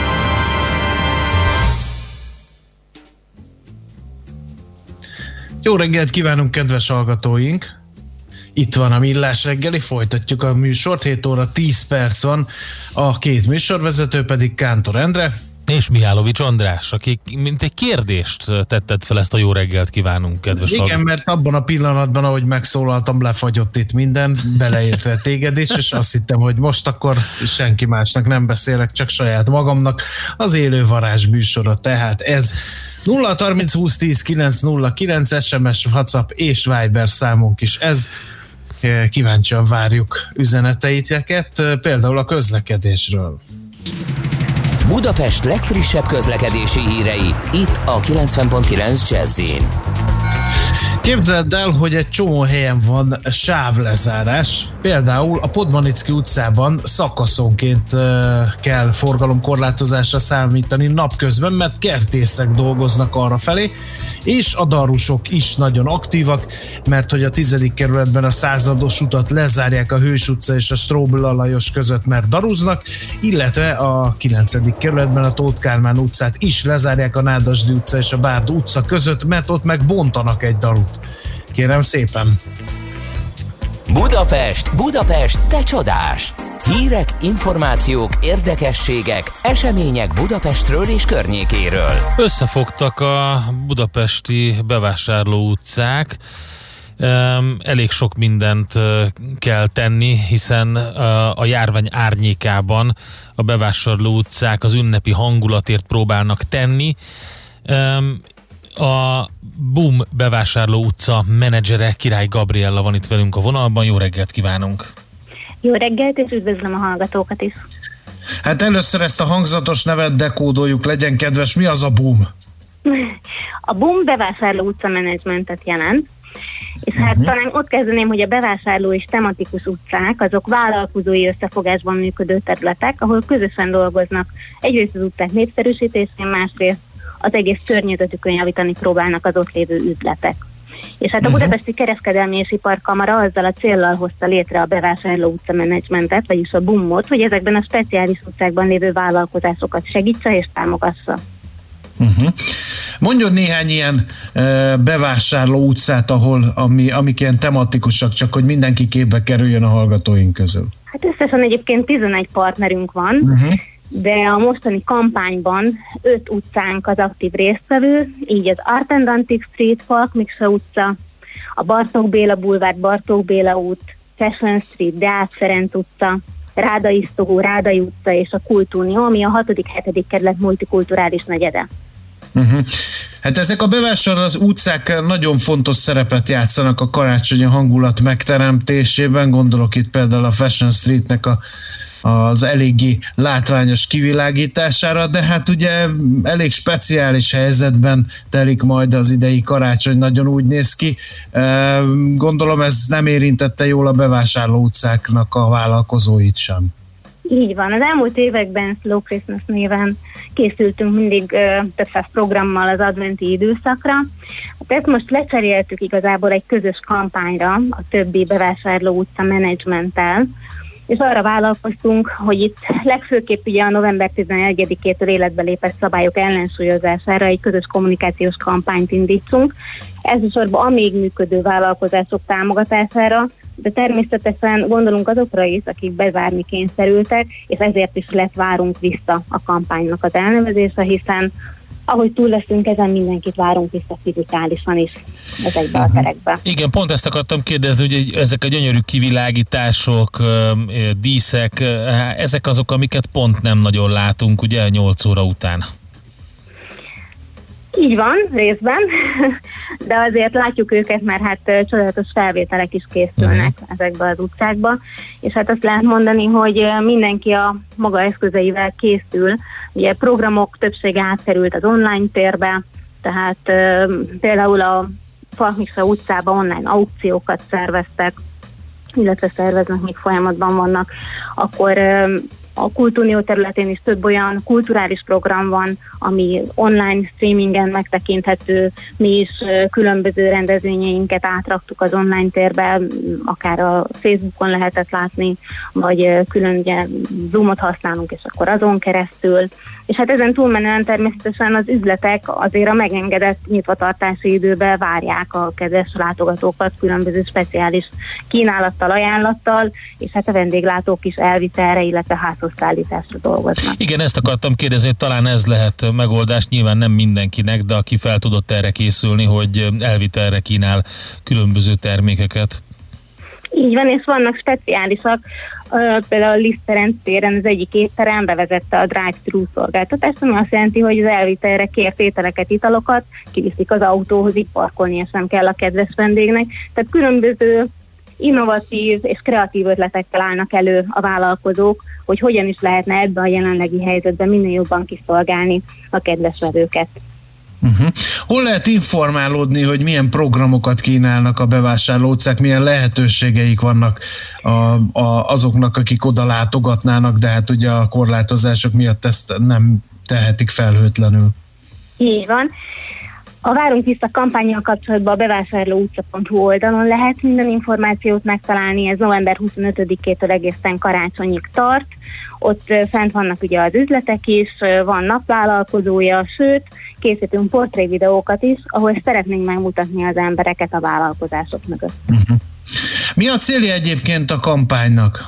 F: Jó reggelt kívánunk, kedves hallgatóink! Itt van a Millás reggeli, folytatjuk a műsort, hét óra tíz perc van, a két műsorvezető pedig Kántor Endre
E: és Mihálovics András, akik mint egy kérdést tetted fel, ezt a jó reggelt kívánunk, kedves
F: Igen, hallgatók. Mert abban a pillanatban, ahogy megszólaltam, lefagyott itt minden, beleértve téged is, és azt hittem, hogy most akkor senki másnak nem beszélek, csak saját magamnak. Az élő varázs műsora, tehát ez nulla harminc húsz tíz kilenc nulla kilenc es em es, WhatsApp és Viber számunk is ez. Kíváncsian várjuk üzeneteiteket, például a közlekedésről.
B: Budapest legfrissebb közlekedési hírei, itt a kilencven pont kilenc Jazzin.
F: Képzeld el, hogy egy csomó helyen van sávlezárás. Például a Podmanicki utcában szakaszonként kell forgalomkorlátozásra számítani napközben, mert kertészek dolgoznak arrafelé, és a darusok is nagyon aktívak, mert hogy a tizedik kerületben a Százados utat lezárják a Hős utca és a Stróbl Lajos között, mert daruznak, illetve a kilencedik kerületben a Tóth Kálmán utcát is lezárják a Nádasdy utca és a Bárd utca között, mert ott meg bontanak egy darut. Kérem szépen!
B: Budapest, Budapest, te csodás! Hírek, információk, érdekességek, események Budapestről és környékéről.
E: Összefogtak a budapesti bevásárló utcák, Elég sok mindent kell tenni, hiszen a járvány árnyékában a bevásárló utcák az ünnepi hangulatért próbálnak tenni. A BUM bevásárló utca menedzsere Király Gabriella van itt velünk a vonalban. Jó reggelt kívánunk!
Q: Jó reggelt, és üdvözlöm a hallgatókat is!
F: Hát először ezt a hangzatos nevet dekódoljuk, legyen kedves, mi az a BUM?
Q: A BUM bevásárló utca menedzsmentet jelent, és hát uh-huh. talán ott kezdeném, hogy a bevásárló és tematikus utcák, azok vállalkozói összefogásban működő területek, ahol közösen dolgoznak egyrészt az utcák népszerűsítésén, másrészt az egész környezetükön javítani próbálnak az ott lévő üzletek. És hát a Budapesti Kereskedelmi és Iparkamara azzal a céllal hozta létre a bevásárló utca menedzsmentet, vagyis a BUM-ot, hogy ezekben a speciális utcákban lévő vállalkozásokat segítse és támogassa.
F: Uh-huh. Mondjon néhány ilyen uh, bevásárló utcát, ahol, ami, amik ilyen tematikusak, csak hogy mindenki képbe kerüljön a hallgatóink közül.
Q: Hát összesen egyébként tizenegy partnerünk van, uh-huh. de a mostani kampányban öt utcánk az aktív résztvevő, így az Art and Antique Street, Falk Miksa utca, a Bartók Béla Bulvár, Bartók Béla út, Fashion Street, Deák Ferenc utca, Rádai Sztohó, Rádai utca és a Kultúrnió, ami a hatodik-hetedik kerület multikulturális negyede.
F: Uh-huh. Hát ezek a bevásárló utcák nagyon fontos szerepet játszanak a karácsonyi hangulat megteremtésében, gondolok itt például a Fashion Streetnek a az eléggé látványos kivilágítására, de hát ugye elég speciális helyzetben telik majd az idei karácsony, nagyon úgy néz ki. Gondolom ez nem érintette jól a bevásárló utcáknak a vállalkozóit sem.
Q: Így van. Az elmúlt években Slow Christmas néven készültünk mindig uh, több száz programmal az adventi időszakra. Hát ezt most lecseréltük igazából egy közös kampányra a többi bevásárló utca menedzsmenttel, és arra vállalkoztunk, hogy itt legfőképp ugye a november tizenegyedikétől életbe lépett szabályok ellensúlyozására egy közös kommunikációs kampányt indítsunk. Elsősorban a még működő vállalkozások támogatására, de természetesen gondolunk azokra is, akik bezárni kényszerültek, és ezért is lett várunk vissza a kampánynak az elnevezése, hiszen ahogy túl leszünk ezen, mindenkit várunk vissza fizikálisan is ezekbe a terekbe.
E: Igen, pont ezt akartam kérdezni, hogy ezek a gyönyörű kivilágítások, díszek, ezek azok, amiket pont nem nagyon látunk, ugye, nyolc óra után.
Q: Így van, részben, de azért látjuk őket, mert hát csodálatos felvételek is készülnek uh-huh. ezekbe az utcákba, és hát azt lehet mondani, hogy mindenki a maga eszközeivel készül. Ugye programok többsége átkerült az online térbe, tehát uh, például a Falk Miksa utcában online aukciókat szerveztek, illetve szerveznek, még folyamatban vannak, akkor uh, a Kultúrnió területén is több olyan kulturális program van, ami online streamingen megtekinthető. Mi is különböző rendezvényeinket átraktuk az online térbe, akár a Facebookon lehetett látni, vagy külön ugye Zoomot használunk, és akkor azon keresztül. És hát ezen túlmenően természetesen az üzletek azért a megengedett nyitvatartási időben várják a kedves látogatókat különböző speciális kínálattal, ajánlattal, és hát a vendéglátók is elvitelre, illetve házhoz szállításra dolgoznak.
E: Igen, ezt akartam kérdezni, hogy talán ez lehet megoldás, nyilván nem mindenkinek, de aki fel tudott erre készülni, hogy elvitelre kínál különböző termékeket.
Q: Így van, és vannak speciálisak, uh, például a Liszt Ferenc téren az egyik étterem bevezette a drive-thru szolgáltatást, ami azt jelenti, hogy az elvitelre kért ételeket, italokat kiviszik az autóhoz, így parkolnia sem kell a kedves vendégnek. Tehát különböző innovatív és kreatív ötletekkel állnak elő a vállalkozók, hogy hogyan is lehetne ebben a jelenlegi helyzetben minél jobban kiszolgálni a kedves vevőket.
F: Uh-huh. Hol lehet informálódni, hogy milyen programokat kínálnak a bevásárló utcák, milyen lehetőségeik vannak a, a, azoknak, akik oda látogatnának, de hát ugye a korlátozások miatt ezt nem tehetik felhőtlenül.
Q: Így van. A Várunk Vissza kampánnyal kapcsolatban a bevásárlóutca pont hu oldalon lehet minden információt megtalálni, ez november huszonötödikétől egészen karácsonyig tart. Ott fent vannak ugye az üzletek is, van napvállalkozója, sőt, készítünk portrévideókat is, ahol szeretnénk megmutatni az embereket a vállalkozások mögött.
F: Uh-huh. Mi a célja egyébként a kampánynak?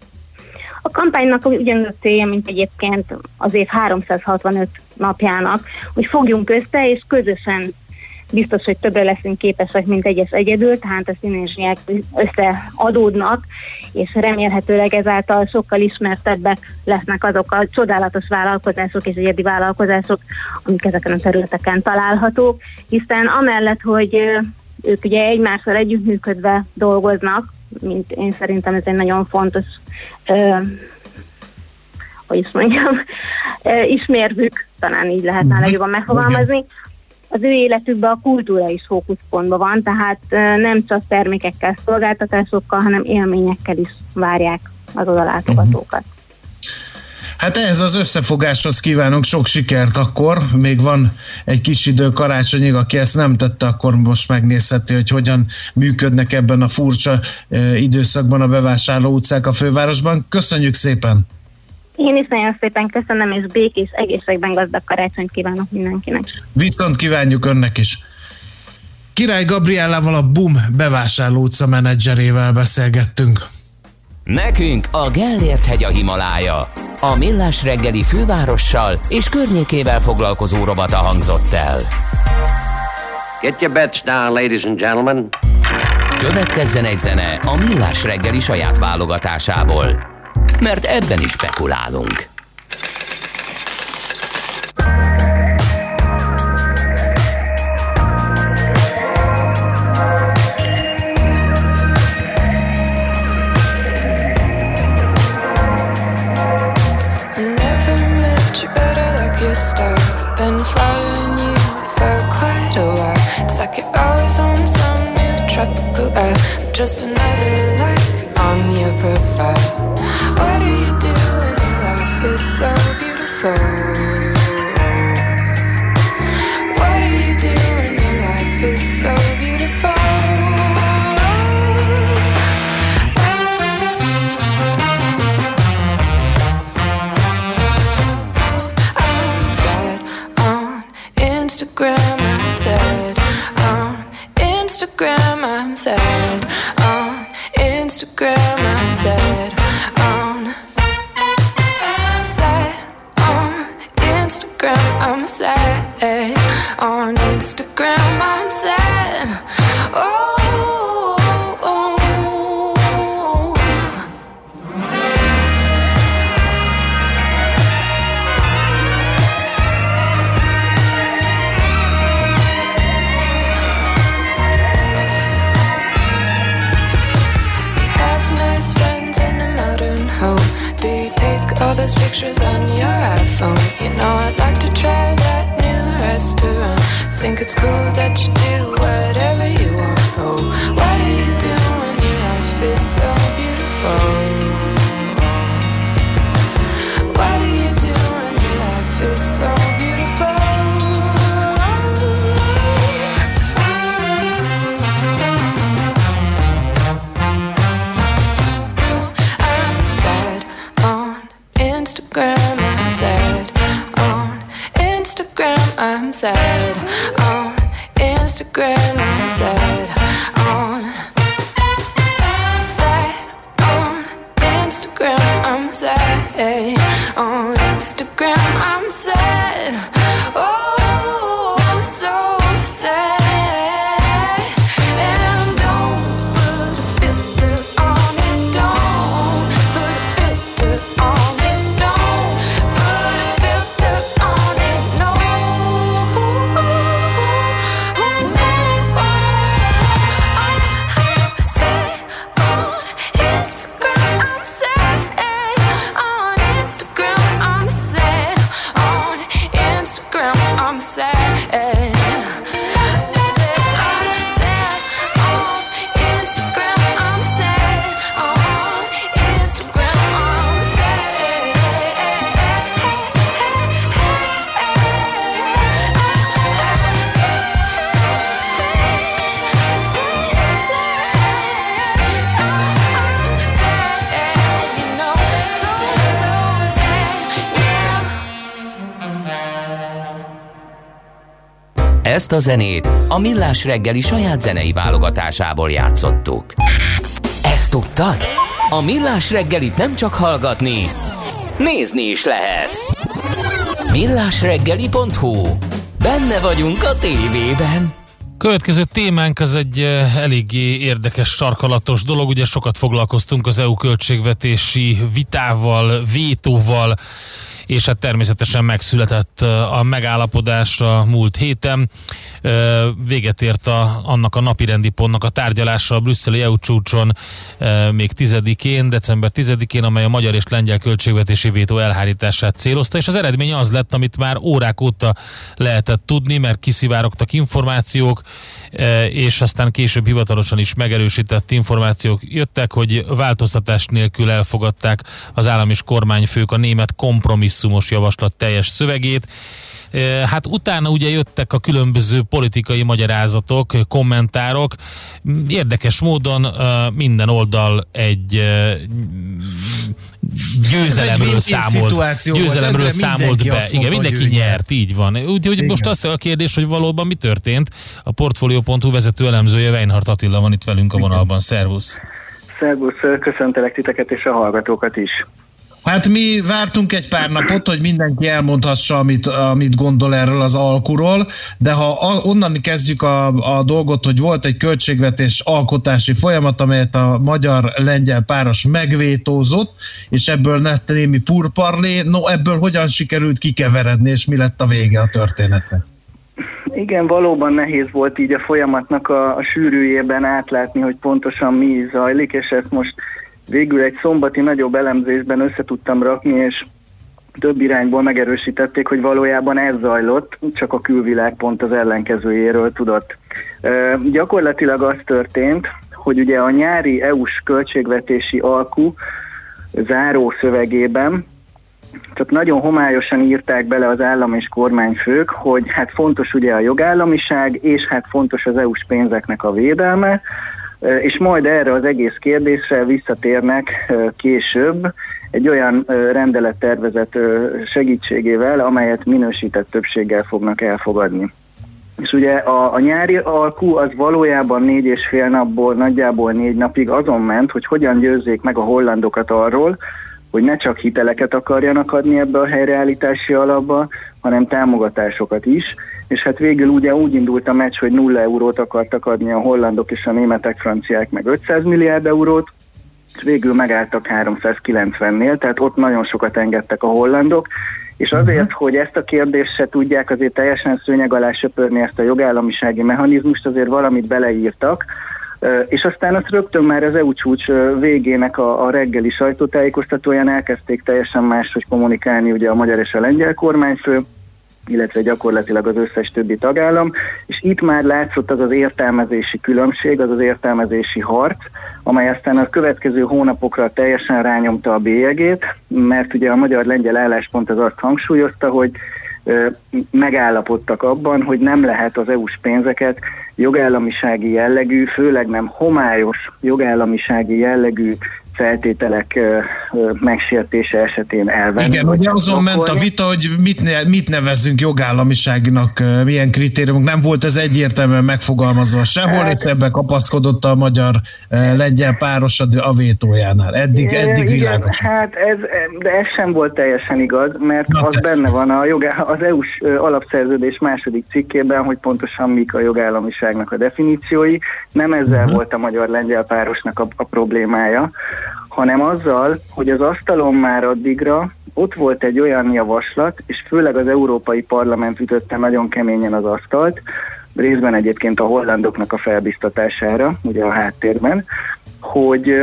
Q: A kampánynak ugyanaz a célja, mint egyébként az év háromszázhatvanöt napjának, hogy fogjunk össze és közösen biztos, hogy többre leszünk képesek, mint egyes egyedül, tehát a szinergiák összeadódnak, és remélhetőleg ezáltal sokkal ismertebbek lesznek azok a csodálatos vállalkozások és egyedi vállalkozások, amik ezeken a területeken találhatók, hiszen amellett, hogy ők ugye egymással együttműködve dolgoznak, mint én szerintem ez egy nagyon fontos ö, hogy is mondjam, ismérvük, talán így lehetne legjobban megfogalmazni. Az ő életükben a kultúra is fókuszpontban van, tehát nem csak termékekkel, szolgáltatásokkal, hanem élményekkel is várják az odalátogatókat.
F: Hát ehhez az összefogáshoz kívánunk sok sikert akkor, még van egy kis idő karácsonyig, aki ezt nem tette, akkor most megnézheti, hogy hogyan működnek ebben a furcsa időszakban a bevásárló utcák a fővárosban. Köszönjük szépen!
Q: Én is nagyon szépen köszönöm, és békés, egészségben gazdag karácsonyt kívánok mindenkinek.
F: Viszont kívánjuk önnek is. Király Gabriellával, a BUM bevásárló utca menedzserével beszélgettünk.
B: Nekünk a Gellért-hegy a Himalája. A Millás reggeli fővárossal és környékével foglalkozó rovata hangzott el.
R: Get your bets down, ladies and gentlemen.
B: Következzen egy zene a Millás reggeli saját válogatásából, mert ebben is spekulálunk.
S: Been following you for quite a while. It's like you're always on some new tropical air. Just another like on your profile. What do you do when your life is so beautiful? What do you do when your life is so beautiful? Instagram, I'm sad. On Instagram, I'm sad. On Instagram, I'm sad. On sad. On Instagram, I'm sad. On Instagram, I'm sad. Oh. All those pictures on your iPhone. You know I'd like to try that new restaurant. Think it's cool that you do whatever you want. Oh, what do you do when your life is so beautiful? What do you do when your life is so beautiful? Instagram, I'm sad. On Instagram, I'm sad. On Instagram, I'm sad. On sad. On Instagram, I'm sad. On Instagram, I'm sad. Oh, so sad. And don't put a filter on it. Don't put a filter on it.
B: Ezt a zenét a Millás reggeli saját zenei válogatásából játszottuk. Ezt tudtad? A Millás reggelit nem csak hallgatni, nézni is lehet. millásreggeli pont hu. Benne vagyunk a tévében.
E: Következő témánk az egy eléggé érdekes, sarkalatos dolog. Ugye sokat foglalkoztunk az é u költségvetési vitával, vétóval, és hát természetesen megszületett a megállapodás a múlt héten. Véget ért a, annak a napirendi pontnak a tárgyalása a brüsszeli é u csúcson még tizedikén, december tizedikén, amely a magyar és lengyel költségvetési vétó elhárítását célozta, és az eredmény az lett, amit már órák óta lehetett tudni, mert kiszivárogtak információk, és aztán később hivatalosan is megerősített információk jöttek, hogy változtatás nélkül elfogadták az állam és kormányfők a német kompromisszumos javaslat teljes szövegét. Hát utána ugye jöttek a különböző politikai magyarázatok, kommentárok. Érdekes módon minden oldal egy győzelemről számolt, győzelemről számolt be. Igen, mindenki nyert, így van. Úgyhogy most azt a kérdés, hogy valóban mi történt. A Portfolio pont hu vezető elemzője Weinhardt Attila van itt velünk a vonalban. Szervusz!
T: Szervusz, köszöntelek titeket és a hallgatókat is.
F: Hát mi vártunk egy pár napot, hogy mindenki elmondhassa, amit, amit gondol erről az alkuról, de ha a, onnan kezdjük a, a dolgot, hogy volt egy költségvetés alkotási folyamat, amelyet a magyar-lengyel páros megvétózott, és ebből lett némi purparlé, no ebből hogyan sikerült kikeveredni, és mi lett a vége a történetnek?
T: Igen, valóban nehéz volt így a folyamatnak a, a sűrűjében átlátni, hogy pontosan mi is zajlik, és ezt most végül egy szombati nagyobb elemzésben össze tudtam rakni, és több irányból megerősítették, hogy valójában ez zajlott, csak a külvilág pont az ellenkezőjéről tudott. E, gyakorlatilag az történt, hogy ugye a nyári é u-s költségvetési alku záró szövegében csak nagyon homályosan írták bele az állam és kormányfők, hogy hát fontos ugye a jogállamiság, és hát fontos az é u-s pénzeknek a védelme, és majd erre az egész kérdésre visszatérnek később egy olyan rendelettervezet segítségével, amelyet minősített többséggel fognak elfogadni. És ugye a, a nyári alkú az valójában négy és fél napból, nagyjából négy napig azon ment, hogy hogyan győzzék meg a hollandokat arról, hogy ne csak hiteleket akarjanak adni ebbe a helyreállítási alapba, hanem támogatásokat is, és hát végül ugye úgy indult a meccs, hogy nulla eurót akartak adni a hollandok és a németek, franciák meg ötszáz milliárd eurót, és végül megálltak háromszázkilencvennél, tehát ott nagyon sokat engedtek a hollandok, és azért, hogy ezt a kérdést se tudják azért teljesen szőnyeg alá söpörni, ezt a jogállamisági mechanizmust, azért valamit beleírtak, és aztán azt rögtön már az é u csúcs végének a, a reggeli sajtótájékoztatóján elkezdték teljesen máshogy kommunikálni ugye a magyar és a lengyel kormányfő, illetve gyakorlatilag az összes többi tagállam, és itt már látszott az az értelmezési különbség, az az értelmezési harc, amely aztán a következő hónapokra teljesen rányomta a bélyegét, mert ugye a magyar-lengyel álláspont az azt hangsúlyozta, hogy ö, megállapodtak abban, hogy nem lehet az é u-s pénzeket jogállamisági jellegű, főleg nem homályos jogállamisági jellegű feltételek ö, ö, megsértése esetén elvenni.
F: Igen, ugye azon ment a vita, hogy mit, ne, mit nevezzünk jogállamiságnak, milyen kritériumok, nem volt ez egyértelműen megfogalmazva sehol, hát, és ebben kapaszkodott a magyar-lengyel páros a vétójánál. Eddig, eddig világos.
T: Hát ez, de ez sem volt teljesen igaz, mert Na az te. benne van a jogá, az é u-s alapszerződés második cikkében, hogy pontosan mik a jogállamiságnak a definíciói. Nem ezzel uh-huh. volt a magyar-lengyel párosnak a, a problémája, hanem azzal, hogy az asztalon már addigra ott volt egy olyan javaslat, és főleg az Európai Parlament ütötte nagyon keményen az asztalt, részben egyébként a hollandoknak a felbiztatására, ugye a háttérben, hogy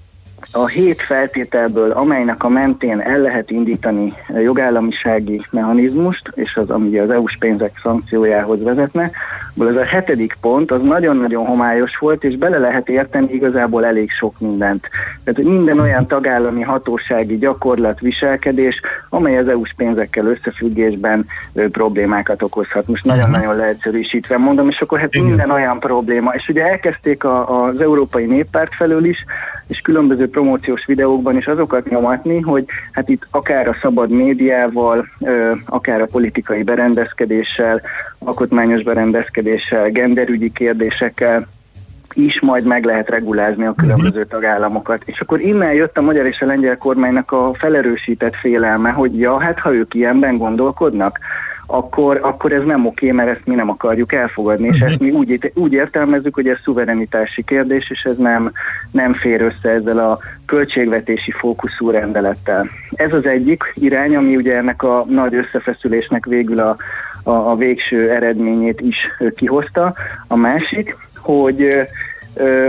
T: a hét feltételből, amelynek a mentén el lehet indítani a jogállamisági mechanizmust, és az, ami az é u-s pénzek szankciójához vezetne, az a hetedik pont, az nagyon-nagyon homályos volt, és bele lehet érteni igazából elég sok mindent. Tehát minden olyan tagállami hatósági gyakorlat, viselkedés, amely az é u-s pénzekkel összefüggésben ö, problémákat okozhat. Most nagyon-nagyon leegyszerűsítve mondom, és akkor hát minden olyan probléma. És ugye elkezdték a, az Európai Néppárt felől is, és különböző promóciós videókban is azokat nyomatni, hogy hát itt akár a szabad médiával, akár a politikai berendezkedéssel, alkotmányos berendezkedéssel, genderügyi kérdésekkel is majd meg lehet regulázni a különböző tagállamokat. És akkor innen jött a magyar és a lengyel kormánynak a felerősített félelme, hogy ja, hát ha ők ilyenben gondolkodnak, akkor, akkor ez nem oké, mert ezt mi nem akarjuk elfogadni, és ezt mi úgy, úgy értelmezzük, hogy ez szuverenitási kérdés, és ez nem, nem fér össze ezzel a költségvetési fókuszú rendelettel. Ez az egyik irány, ami ugye ennek a nagy összefeszülésnek végül a, a, a végső eredményét is kihozta. A másik, hogy ö,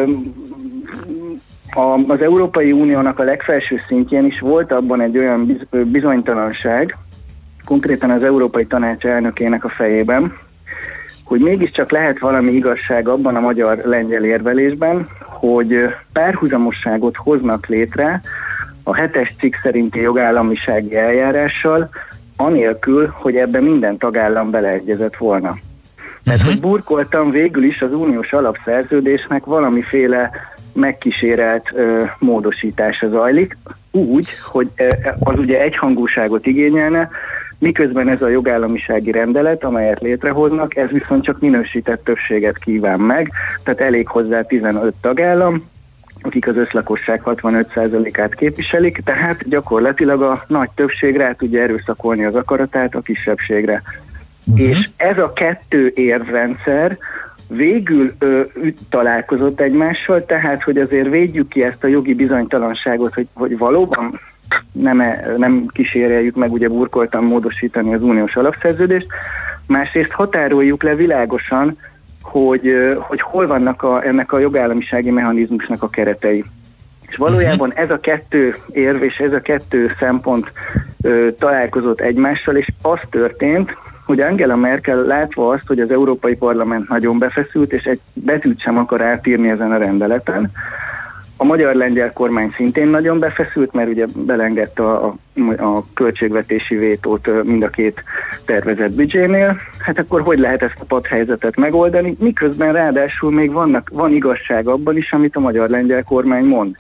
T: a, az Európai Uniónak a legfelső szintjén is volt abban egy olyan biz, bizonytalanság, konkrétan az Európai Tanács elnökének a fejében, hogy mégiscsak lehet valami igazság abban a magyar-lengyel érvelésben, hogy párhuzamosságot hoznak létre a hetes cikk szerinti jogállamisági eljárással, anélkül, hogy ebben minden tagállam beleegyezett volna. Mert hogy burkoltan végül is az uniós alapszerződésnek valamiféle megkísérelt ö, módosítása zajlik, úgy, hogy ö, az ugye egyhangúságot igényelne, miközben ez a jogállamisági rendelet, amelyet létrehoznak, ez viszont csak minősített többséget kíván meg, tehát elég hozzá tizenöt tagállam, akik az összlakosság hatvanöt százalékát képviselik, tehát gyakorlatilag a nagy többség rá tudja erőszakolni az akaratát a kisebbségre. Uh-huh. És ez a kettő érvrendszer végül ö, üt találkozott egymással, tehát hogy azért védjük ki ezt a jogi bizonytalanságot, hogy, hogy valóban nem, nem kíséreljük meg ugye burkoltan módosítani az uniós alapszerződést, másrészt határoljuk le világosan, hogy, hogy hol vannak a, ennek a jogállamisági mechanizmusnak a keretei. És valójában ez a kettő érv és ez a kettő szempont ö, találkozott egymással, és az történt, hogy Angela Merkel látva azt, hogy az Európai Parlament nagyon befeszült, és egy betűt sem akar átírni ezen a rendeleten, a magyar-lengyel kormány szintén nagyon befeszült, mert ugye belengedte a, a, a költségvetési vétót mind a két tervezett büdzsénél. Hát akkor hogy lehet ezt a padhelyzetet megoldani? Miközben ráadásul még vannak, van igazság abban is, amit a magyar-lengyel kormány mond.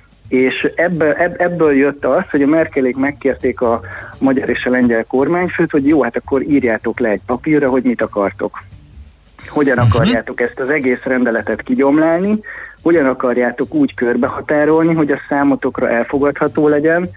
T: És ebből, ebből jött az, hogy a Merkelék megkérték a magyar és a lengyel kormányfőt, hogy jó, hát akkor írjátok le egy papírra, hogy mit akartok. Hogyan akarjátok ezt az egész rendeletet kigyomlálni, hogyan akarjátok úgy körbehatárolni, hogy a számotokra elfogadható legyen,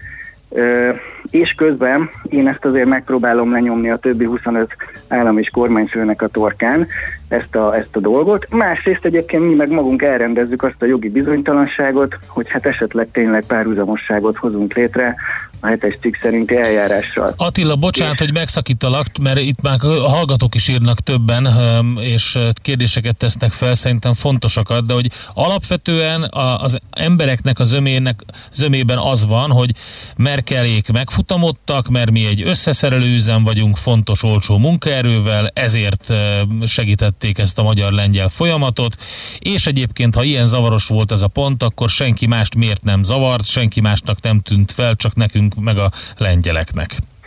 T: és közben én ezt azért megpróbálom lenyomni a többi huszonöt állam és kormányfőnek a torkán ezt a, ezt a dolgot. Másrészt egyébként mi meg magunk elrendezzük azt a jogi bizonytalanságot, hogy hát esetleg tényleg párhuzamosságot hozunk létre a hetes cikk szerinti eljárással.
E: Attila, bocsánat, és... hogy megszakítalak, mert itt már a hallgatók is írnak többen, és kérdéseket tesznek fel, szerintem fontosakat, de hogy alapvetően az embereknek a zömének, zömében az van, hogy Merkelék megfutamodtak, mert mi egy összeszerelő üzem vagyunk fontos olcsó munkaerővel, ezért segítették ezt a magyar-lengyel folyamatot, és egyébként, ha ilyen zavaros volt ez a pont, akkor senki mást miért nem zavart, senki másnak nem tűnt fel, csak nekünk meg a lengyeleknek.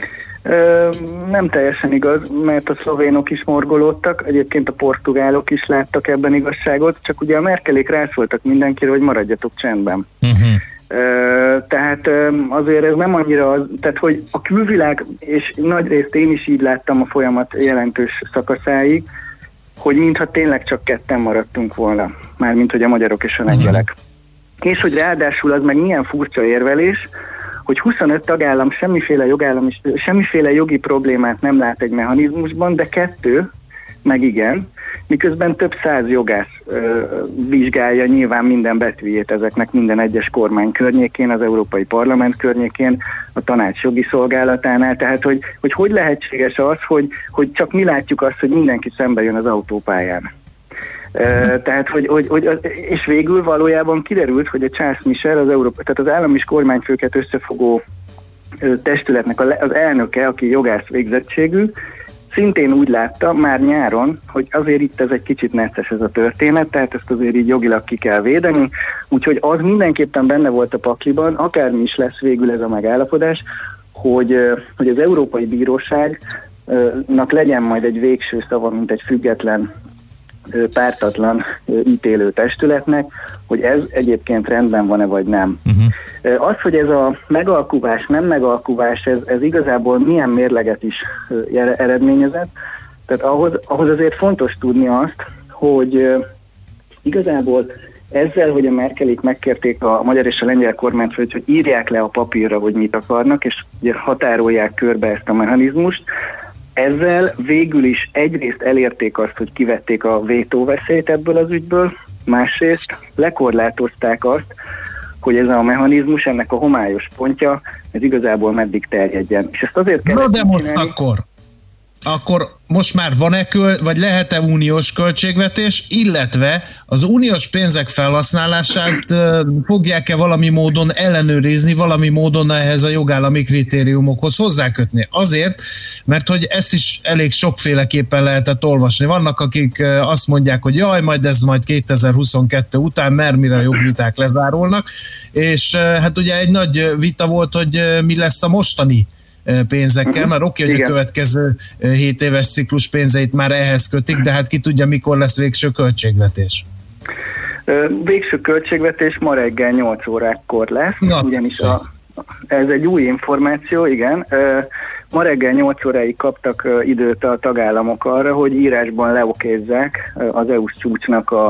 T: Ö, nem teljesen igaz, mert a szlovénok is morgolódtak, egyébként a portugálok is láttak ebben igazságot, csak ugye a Merkelék rászóltak mindenkire, hogy maradjatok csendben. Uh-huh. Ö, tehát ö, azért ez nem annyira az, tehát hogy a külvilág, és nagyrészt én is így láttam a folyamat jelentős szakaszáig, hogy mintha tényleg csak ketten maradtunk volna, mármint hogy a magyarok és a lengyelek. Uh-huh. És hogy ráadásul az meg milyen furcsa érvelés, hogy huszonöt tagállam semmiféle, jogállami, semmiféle jogi problémát nem lát egy mechanizmusban, de kettő, meg igen, miközben több száz jogász ö, vizsgálja nyilván minden betűjét ezeknek minden egyes kormány környékén, az Európai Parlament környékén, a tanács jogi szolgálatánál, tehát hogy hogy, hogy lehetséges az, hogy, hogy csak mi látjuk azt, hogy mindenki szembe jön az autópályán. Uh, tehát, hogy, hogy, hogy az, és végül valójában kiderült, hogy a Charles Michel, az, Európa, tehát az állam és kormányfőket összefogó uh, testületnek a, az elnöke, aki jogász végzettségű, szintén úgy látta már nyáron, hogy azért itt ez egy kicsit necces ez a történet, tehát ezt azért így jogilag ki kell védeni, úgyhogy az mindenképpen benne volt a pakliban, akármi is lesz végül ez a megállapodás, hogy, uh, hogy az Európai Bíróságnak legyen majd egy végső szava, mint egy független pártatlan ítélő testületnek, hogy ez egyébként rendben van-e vagy nem. Uh-huh. Az, hogy ez a megalkuvás, nem megalkuvás, ez, ez igazából milyen mérleget is eredményezett, tehát ahhoz, ahhoz azért fontos tudni azt, hogy igazából ezzel, hogy a Merkelék megkérték a magyar és a lengyel kormányfőt, hogy írják le a papírra, hogy mit akarnak, és ugye határolják körbe ezt a mechanizmust, Ezzel végül is egyrészt elérték azt, hogy kivették a vétóveszélyt ebből az ügyből, másrészt lekorlátozták azt, hogy ez a mechanizmus, ennek a homályos pontja, ez igazából meddig terjedjen. És ezt azért kell.
F: Na de most csinálni, akkor, akkor most már van-e, köl, vagy lehet-e uniós költségvetés, illetve az uniós pénzek felhasználását uh, fogják-e valami módon ellenőrizni, valami módon ehhez a jogállami kritériumokhoz hozzákötni? Azért, mert hogy ezt is elég sokféleképpen lehetett olvasni. Vannak, akik uh, azt mondják, hogy jaj, majd ez majd kétezer-huszonkettő után, mert mire a jogviták lezárulnak, és uh, hát ugye egy nagy vita volt, hogy uh, mi lesz a mostani pénzekkel, uh-huh. mert oké, hogy a következő hét éves ciklus pénzeit már ehhez kötik, de hát ki tudja, mikor lesz végső költségvetés.
T: Végső költségvetés ma reggel nyolc órakor lesz, Na, ugyanis a, ez egy új információ, igen. Ma reggel nyolc óráig kaptak időt a tagállamok arra, hogy írásban leokézzák az é u-s csúcsnak a,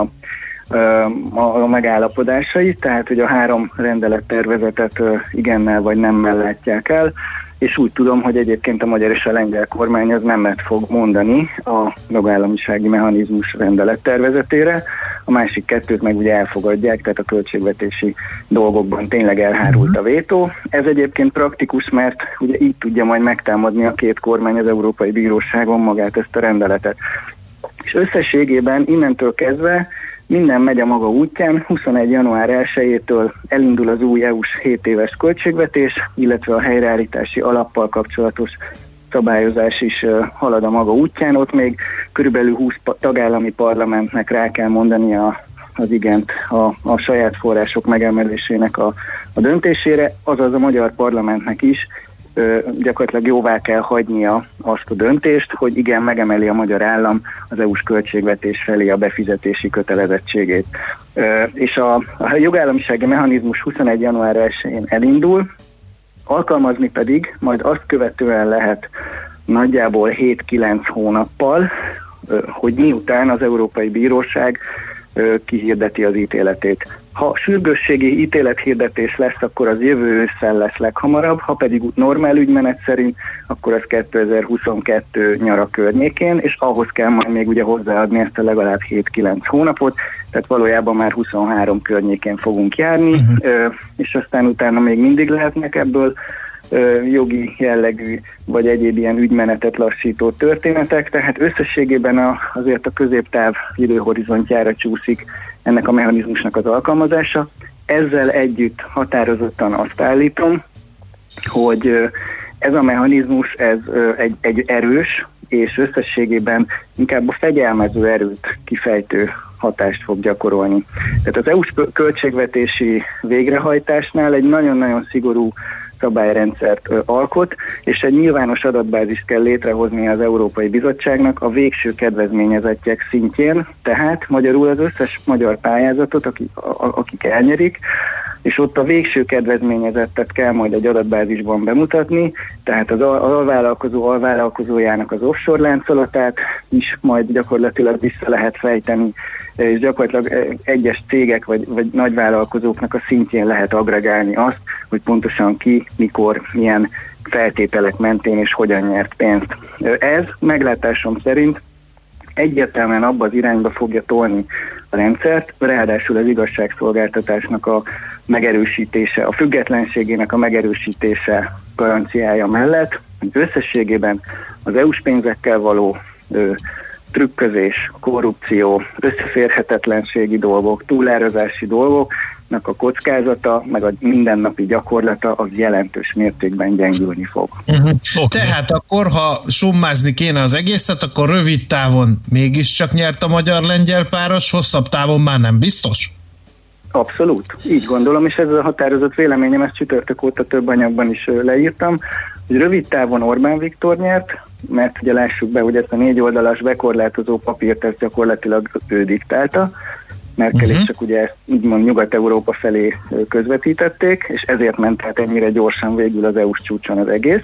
T: a, a megállapodásait, tehát hogy a három rendelettervezetet igennel vagy nemmel látják el, és úgy tudom, hogy egyébként a magyar és a lengyel kormány az nemet fog mondani a jogállamisági mechanizmus rendelettervezetére, a másik kettőt meg ugye elfogadják, tehát a költségvetési dolgokban tényleg elhárult a vétó. Ez egyébként praktikus, mert ugye így tudja majd megtámadni a két kormány az Európai Bíróságon magát ezt a rendeletet. És összességében innentől kezdve minden megy a maga útján, huszonegy január elsejétől elindul az új é u-s hét éves költségvetés, illetve a helyreállítási alappal kapcsolatos szabályozás is halad a maga útján. Ott még körülbelül húsz tagállami parlamentnek rá kell mondania az igent a, a saját források megemelésének a, a döntésére, azaz a magyar parlamentnek is gyakorlatilag jóvá kell hagynia azt a döntést, hogy igen, megemeli a magyar állam az é u-s költségvetés felé a befizetési kötelezettségét. És a, a jogállamisági mechanizmus huszonegy január elsején elindul, alkalmazni pedig majd azt követően lehet nagyjából hét-kilenc hónappal, hogy miután az Európai Bíróság kihirdeti az ítéletét. Ha sürgősségi ítélethirdetés lesz, akkor az jövő ősszel lesz leghamarabb, ha pedig normál ügymenet szerint, akkor az kétezer-huszonkettő nyara környékén, és ahhoz kell majd még ugye hozzáadni ezt a legalább hét-kilenc hónapot, tehát valójában már huszonhárom környékén fogunk járni, uh-huh. és aztán utána még mindig lehetnek ebből jogi jellegű, vagy egyéb ilyen ügymenetet lassító történetek, tehát összességében a, azért a középtáv időhorizontjára csúszik ennek a mechanizmusnak az alkalmazása. Ezzel együtt határozottan azt állítom, hogy ez a mechanizmus ez egy, egy erős, és összességében inkább a fegyelmező erőt kifejtő hatást fog gyakorolni. Tehát az é u-s költségvetési végrehajtásnál egy nagyon-nagyon szigorú szabályrendszert ö, alkot, és egy nyilvános adatbázist kell létrehozni az Európai Bizottságnak a végső kedvezményezettek szintjén, tehát magyarul az összes magyar pályázatot, akik, a, akik elnyerik, és ott a végső kedvezményezettet kell majd egy adatbázisban bemutatni, tehát az alvállalkozó alvállalkozójának az offshore láncolatát is majd gyakorlatilag vissza lehet fejteni, és gyakorlatilag egyes cégek vagy, vagy nagyvállalkozóknak a szintjén lehet agregálni azt, hogy pontosan ki, mikor, milyen feltételek mentén és hogyan nyert pénzt. Ez meglátásom szerint egyértelműen abba az irányba fogja tolni a rendszert, ráadásul az igazságszolgáltatásnak a megerősítése, a függetlenségének a megerősítése garanciája mellett, hogy összességében az é u-s pénzekkel való ö, trükközés, korrupció, összeférhetetlenségi dolgok, túlárazási dolgoknak a kockázata, meg a mindennapi gyakorlata az jelentős mértékben gyengülni fog.
F: Uh-huh. Okay. Tehát akkor, ha summázni kéne az egészet, akkor rövid távon mégiscsak nyert a magyar-lengyel páros, hosszabb távon már nem biztos?
T: Abszolút, így gondolom, és ez a határozott véleményem, ezt csütörtök óta több anyagban is leírtam, hogy rövid távon Orbán Viktor nyert, mert ugye lássuk be, hogy ezt a négy oldalas bekorlátozó papírt ezt gyakorlatilag ő diktálta, Merkel uh-huh. is csak ugye ezt úgymond Nyugat-Európa felé közvetítették, és ezért ment át ennyire gyorsan végül az é u-s csúcson az egész.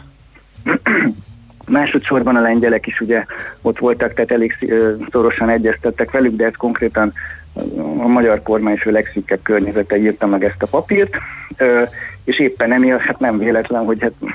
T: Másodszorban a lengyelek is ugye ott voltak, tehát elég szorosan egyeztettek velük, de ez konkrétan a magyar kormány fő legszűkebb környezete írta meg ezt a papírt, és éppen emiatt hát nem véletlen, hogy hát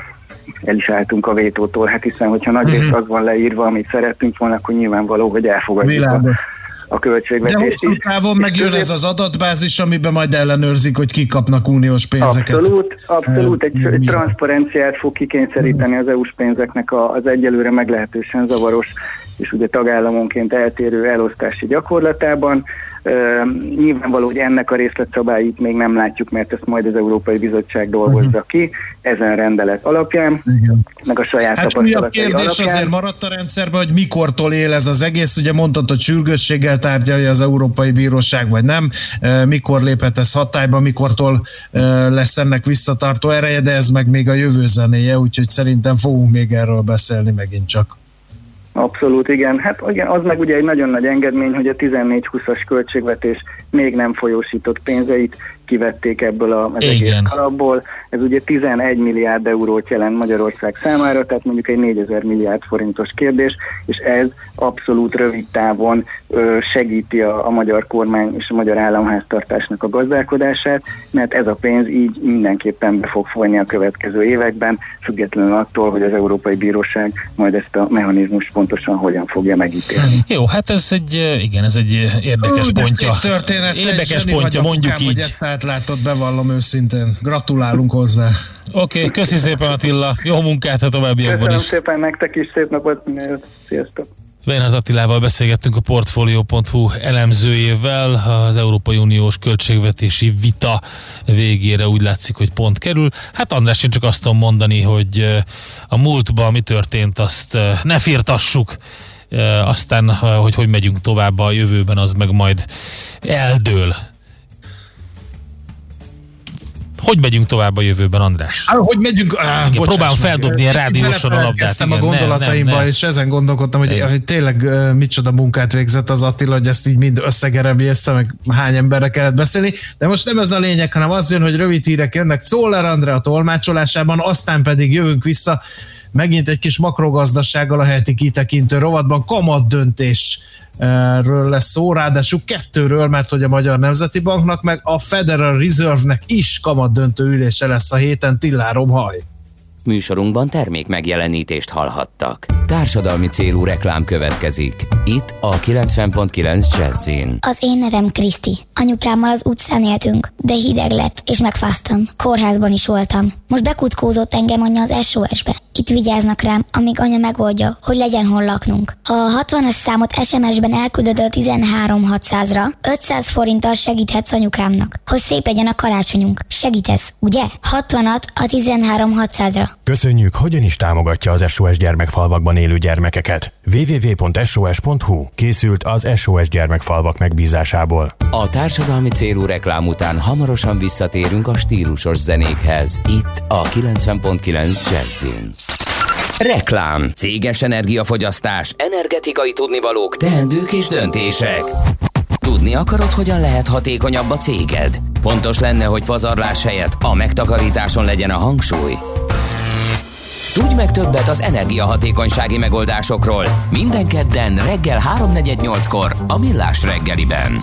T: el is álltunk a vétótól, hát hiszen, hogyha nagyrészt uh-huh. az van leírva, amit szerettünk volna, akkor nyilvánvaló, hogy elfogadjuk a, a költségvetést.
F: De hosszú távon megjön ez az adatbázis, amiben majd ellenőrzik, hogy kik kapnak uniós pénzeket.
T: Abszolút, abszolút egy, egy transzparenciát fog kikényszeríteni az é u-s pénzeknek az egyelőre meglehetősen zavaros és ugye tagállamonként eltérő elosztási gyakorlatában. Uh, nyilvánvaló, hogy ennek a részletszabályit még nem látjuk, mert ezt majd az Európai Bizottság dolgozza uh-huh. ki, ezen rendelet alapján, uh-huh. meg a saját
F: hát
T: tapasztalatai
F: alapján. Hát mi a kérdés
T: alapján.
F: Azért maradt a rendszerben, hogy mikortól él ez az egész, ugye mondtad, hogy sürgősséggel tárgyalja az Európai Bíróság, vagy nem, uh, mikor léphet ez hatályba, mikortól uh, lesz ennek visszatartó ereje, de ez meg még a jövő zenéje, úgyhogy szerintem fogunk még erről beszélni megint csak.
T: Abszolút, igen. Hát igen, az meg ugye egy nagyon nagy engedmény, hogy a tizennégy húszas költségvetés még nem folyósított pénzeit kivették ebből a, az egész alapból. Ez ugye tizenegy milliárd eurót jelent Magyarország számára, tehát mondjuk egy négyezer milliárd forintos kérdés, és ez abszolút rövid távon ö, segíti a, a magyar kormány és a magyar államháztartásnak a gazdálkodását, mert ez a pénz így mindenképpen be fog folyni a következő években, függetlenül attól, hogy az Európai Bíróság majd ezt a mechanizmust pontosan hogyan fogja megítélni.
E: Jó, hát ez egy, igen, ez egy érdekes
F: Ó,
E: pontja.
F: Történet,
E: érdekes pontja, mondjuk így.
F: Látod, bevallom őszintén. Gratulálunk hozzá.
E: Oké, okay, köszi szépen Attila. Jó munkát a továbbiakban
T: Köszönöm
E: is.
T: szépen nektek is, szép napot. Sziasztok.
E: Weinhardt Attilával beszélgettünk, a Portfolio pont hu elemzőjével. Az Európai Uniós költségvetési vita végére úgy látszik, hogy pont kerül. Hát András, én csak azt tudom mondani, hogy a múltban mi történt, azt ne firtassuk. Aztán, hogy hogy megyünk tovább a jövőben, az meg majd eldől. Hogy megyünk tovább a jövőben, András?
F: Á, hogy megyünk? Á,
E: igen, próbálom feldobni ilyen rádiósan a labdát.
F: Igen, a gondolataimba, nem, nem, és ezen gondolkodtam, hogy, hogy tényleg uh, micsoda munkát végzett az Attila, hogy ezt így mind összegerebjézte, meg hány emberre kellett beszélni. De most nem ez a lényeg, hanem az jön, hogy rövid hírek jönnek Szoller Andrea tolmácsolásában, aztán pedig jövünk vissza megint egy kis makrogazdasággal a heti kitekintő rovatban. Kamat döntés ről lesz szó, ráadásul kettőről, mert hogy a Magyar Nemzeti Banknak meg a Federal Reserve-nek is kamatdöntő ülése lesz a héten. Tillárom, haj!
B: Műsorunkban termék megjelenítést hallhattak. Társadalmi célú reklám következik. Itt a kilencven pont kilenc Jazzin.
U: Az én nevem Kriszti. Anyukámmal az utcán éltünk, de hideg lett, és megfáztam. Kórházban is voltam. Most bekutkózott engem anya az es o es-be. Itt vigyáznak rám, amíg anya megoldja, hogy legyen hol laknunk. A hatvanas számot es em es-ben elküldöd a tizenhárom hatszázra, ötszáz forinttal segíthetsz anyukámnak, hogy szép legyen a karácsonyunk. Segítesz, ugye? hatvanat a tizenhárom hatszázra.
V: Köszönjük, hogyan is támogatja az es o es gyermekfalvakban élő gyermekeket. double-u double-u double-u pont es o es pont hu készült az es o es gyermekfalvak megbízásából.
B: A társadalmi célú reklám után hamarosan visszatérünk a stílusos zenékhez. Itt a kilencven pont kilenc Jazzin. Reklám, céges energiafogyasztás, energetikai tudnivalók, teendők és döntések. Tudni akarod, hogyan lehet hatékonyabb a céged? Fontos lenne, hogy pazarlás helyett a megtakarításon legyen a hangsúly. Tudj meg többet az energiahatékonysági megoldásokról minden kedden reggel háromnegyed nyolckor a Millás reggeliben.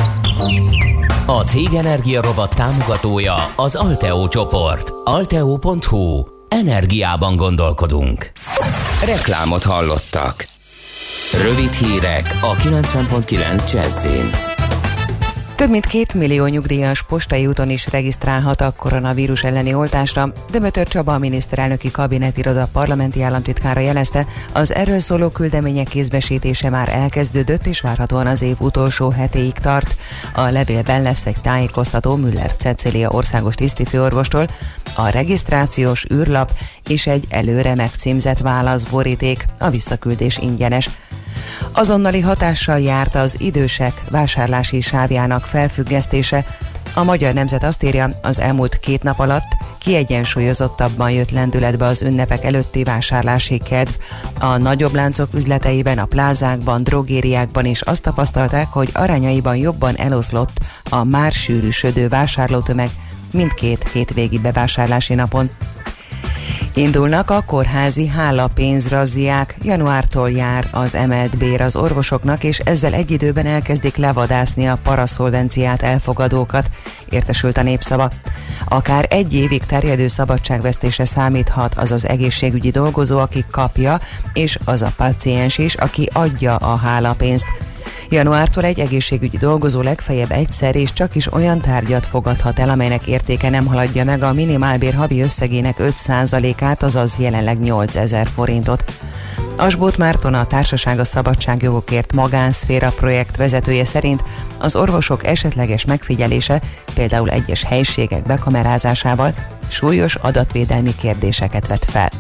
B: A Cég Energia rovat támogatója az Alteo csoport. alteo pont hu. Energiában gondolkodunk. Reklámot hallottak. Rövid hírek a kilencven pont kilenc Jazzin.
M: Több mint két millió nyugdíjas postai úton is regisztrálhat a koronavírus elleni oltásra. Demeter Csaba, a miniszterelnöki kabinetiroda parlamenti államtitkára jelezte, az erről szóló küldemények kézbesítése már elkezdődött, és várhatóan az év utolsó hetéig tart. A levélben lesz egy tájékoztató Müller Cecília országos tisztifőorvostól, a regisztrációs űrlap és egy előre megcímzett válaszboríték, a visszaküldés ingyenes. Azonnali hatással járt az idősek vásárlási sávjának felfüggesztése. A Magyar Nemzet azt írja, az elmúlt két nap alatt kiegyensúlyozottabban jött lendületbe az ünnepek előtti vásárlási kedv. A nagyobb láncok üzleteiben, a plázákban, drogériákban is azt tapasztalták, hogy arányaiban jobban eloszlott a már sűrűsödő vásárlótömeg mindkét hétvégi bevásárlási napon. Indulnak a kórházi hálapénzrazziák. Januártól jár az emelt bér az orvosoknak, és ezzel egy időben elkezdik levadászni a paraszolvenciát elfogadókat, értesült a Népszava. Akár egy évig terjedő szabadságvesztése számíthat az az egészségügyi dolgozó, aki kapja, és az a paciens is, aki adja a hálapénzt. Januártól egy egészségügyi dolgozó legfeljebb egyszer és csak is olyan tárgyat fogadhat el, amelynek értéke nem haladja meg a minimálbér havi összegének öt százalékát, azaz jelenleg nyolcezer forintot. Asbóth Márton, a Társaság a Szabadságjogokért magánszféra projekt vezetője szerint az orvosok esetleges megfigyelése, például egyes helységek bekamerázásával súlyos adatvédelmi kérdéseket vet fel.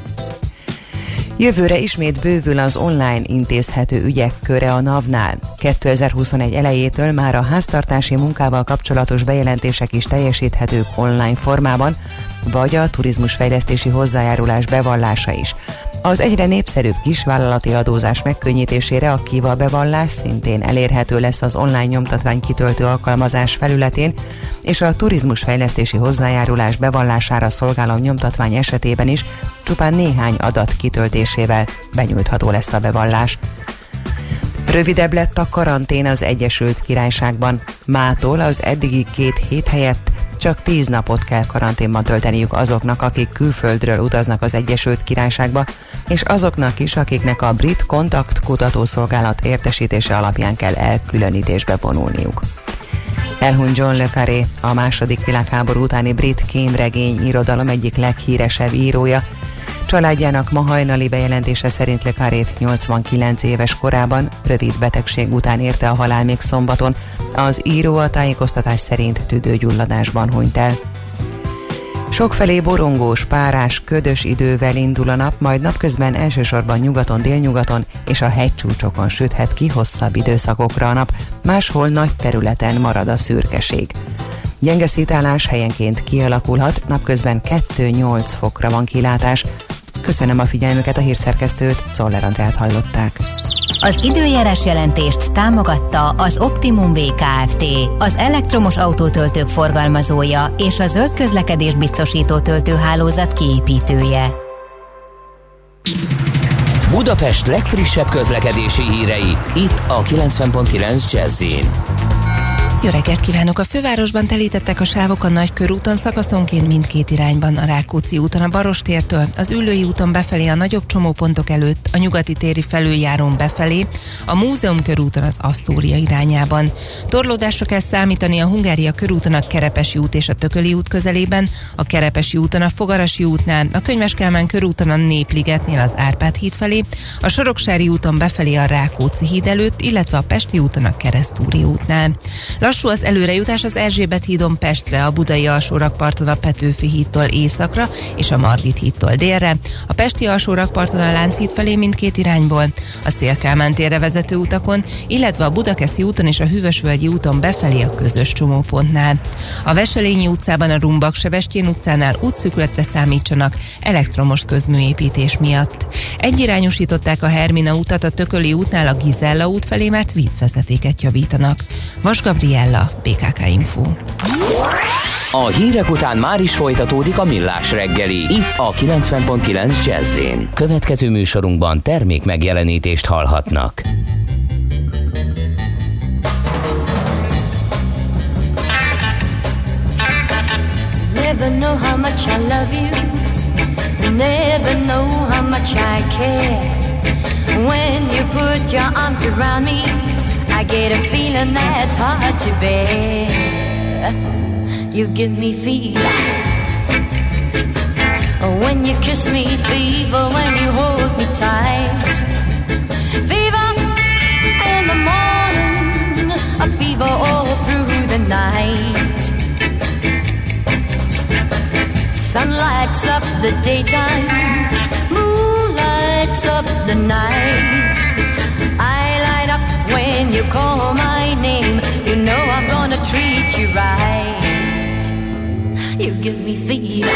M: Jövőre ismét bővül az online intézhető ügyek köre a navnál. kétezer-huszonegy elejétől már a háztartási munkával kapcsolatos bejelentések is teljesíthetők online formában, vagy a turizmusfejlesztési hozzájárulás bevallása is. Az egyre népszerűbb kisvállalati adózás megkönnyítésére a Kiva bevallás szintén elérhető lesz az online nyomtatvány kitöltő alkalmazás felületén, és a turizmusfejlesztési hozzájárulás bevallására szolgáló nyomtatvány esetében is csupán néhány adat kitöltésével benyújtható lesz a bevallás. Rövidebb lett a karantén az Egyesült Királyságban. Mától az eddigi két hét helyett csak tíz napot kell karanténban tölteniük azoknak, akik külföldről utaznak az Egyesült Királyságba, és azoknak is, akiknek a brit kontakt kutatószolgálat értesítése alapján kell elkülönítésbe vonulniuk. Elhunyt John le Carré, a második világháború utáni brit kémregény irodalom egyik leghíresebb írója. Családjának ma hajnali bejelentése szerint le Carrét nyolcvankilenc éves korában rövid betegség után érte a halál még szombaton. Az író a tájékoztatás szerint tüdőgyulladásban hunyt el. Sokfelé borongós, párás, ködös idővel indul a nap, majd napközben elsősorban nyugaton, délnyugaton és a hegycsúcsokon süthet ki hosszabb időszakokra a nap, máshol nagy területen marad a szürkeség. Gyenge szitálás helyenként kialakulhat, napközben kettő-nyolc fokra van kilátás. Köszönöm a figyelmüket, a hírszerkesztőt, Czoller Andrát hallották.
N: Az időjárás jelentést támogatta az Optimum vé Kft., az elektromos autótöltők forgalmazója és a zöld közlekedés biztosító töltőhálózat kiépítője.
B: Budapest legfrissebb közlekedési hírei, itt a kilencven pont kilenc Jazz-in.
A: Jó reggelt kívánok! A fővárosban telítettek a sávok a Nagykörúton szakaszonként mindkét irányban, a Rákóczi úton a Barostértől, az Üllői úton befelé a nagyobb csomópontok előtt, a Nyugati téri felüljárón befelé, a Múzeum körúton az Asztória irányában. Torlódásra kell számítani a Hungária körúton a Kerepesi út és a Tököli út közelében, a Kerepesi úton a Fogarasi útnál, a Könyves Kálmán körúton a Népligetnél az Árpád híd felé, a Soroksári úton befelé a Rákóczi híd előtt, illetve a Pesti úton a Keresztúri útnál. Lassú az előrejutás az Erzsébet hídon Pestre, a Budai alsórakparton a Petőfi hídtól északra és a Margit hídtól délre, a Pesti alsórakparton a Lánchíd felé mindkét irányból, a Széll-Kálmán térre vezető utakon, illetve a Budakeszi úton és a Hűvösvölgyi úton befelé a közös csomópontnál. A Veselényi utcában a Rumbak-Sebestyén utcánál útszűkületre számítsanak elektromos közműépítés miatt. Egyirányosították a Hermina utat a Tököli útnál a Gizella út felé, mert vízvezetéket javítanak. Vas Gabriella, bé ká ká Info.
B: A hírek után már is folytatódik a Millás reggeli, itt a kilencven pont kilenc Jazz-én. Következő műsorunkban termék megjelenítést hallhatnak.
G: Never know how much I love you. Never know how much I care. When you put your arms around me, I get a feeling that's hard to bear. You give me fever when you kiss me, fever when you hold me tight. Fever in the morning, a fever all through the night. Sun lights up the daytime, moon lights up the night. I light up when you call my name. You know I'm gonna treat you right. You give me fever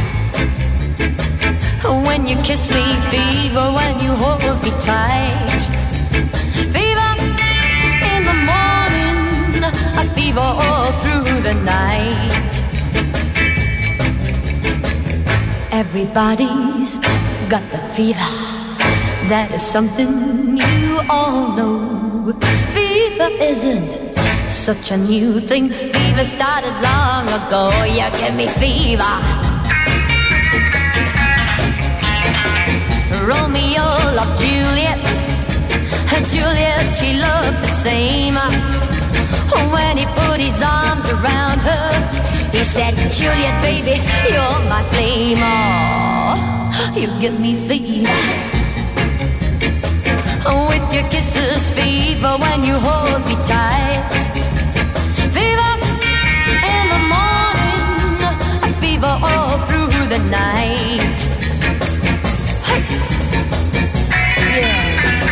G: when you kiss me, fever when you hold me tight. Fever in the morning, a fever all through the night. Everybody's got the fever. That is something you all know. Fever isn't such a new thing. Fever started long ago. You give me fever. Romeo loved Juliet, and Juliet, she loved the same. When he put his arms around her, he said, Juliet, baby, you're my flame. Oh, you give me fever. With your kisses, fever, when you hold me tight. Fever in the morning, fever all through the night. Hey. Yeah.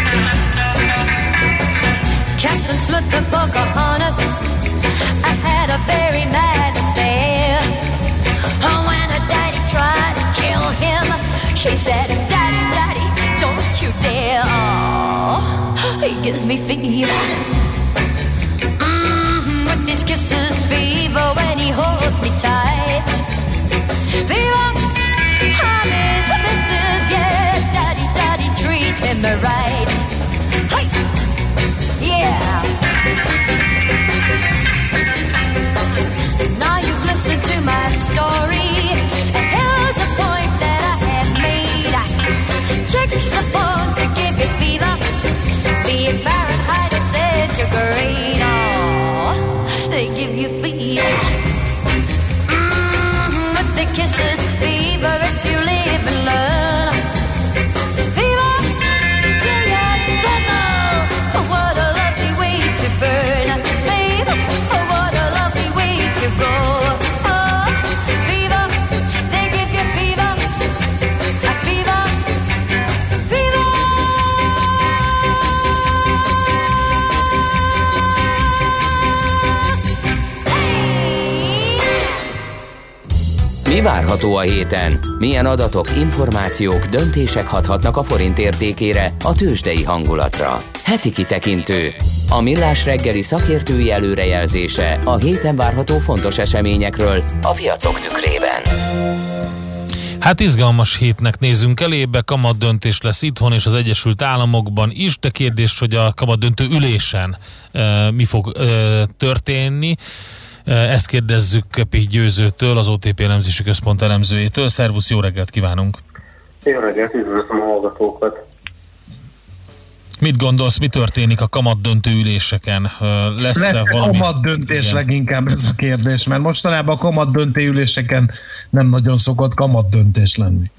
G: Captain Smith and Pocahontas, I had a very mad affair. Oh, when her daddy tried to kill him, she said, Daddy, Daddy, don't you dare. Oh, he gives me fever. Mm-hmm, with his kisses, fever, when he holds me tight. Fever, I'm his missus, yeah. Daddy, Daddy, treat him right. Hey, yeah. Now you've listened to my story, and here's a point that I have made. Chicks are born to give you fever, be it Fahrenheit or centigrade. Oh, they give you fever. Mm-hmm, with the kisses, fever, if you live and learn. Fever, yeah, yes, I know. What a lovely way to burn, babe. What a lovely way to go. Oh, fever, they give you fever. A fever, fever.
B: Mi várható a héten? Milyen adatok, információk, döntések hathatnak a forint értékére, a tőzsdei hangulatra? Heti kitekintő. A Millás reggeli szakértői előrejelzése a héten várható fontos eseményekről a piacok tükrében.
E: Hát izgalmas hétnek nézünk elébe, kamatdöntés lesz itthon és az Egyesült Államokban is, de kérdés, hogy a kamatdöntő ülésen e, mi fog e, történni. Ezt kérdezzük Kepi Győzőtől, az o té pé elemzési központ elemzőjétől. Szervusz, jó reggelt kívánunk!
D: Jó reggelt, üdvözlöm a hallgatókat!
E: Mit gondolsz, mi történik a kamatdöntő üléseken? Lesz-e
F: Lesz
E: valami?
F: kamatdöntés igen. Leginkább ez a kérdés, mert mostanában a kamatdöntő üléseken nem nagyon szokott kamatdöntés lenni.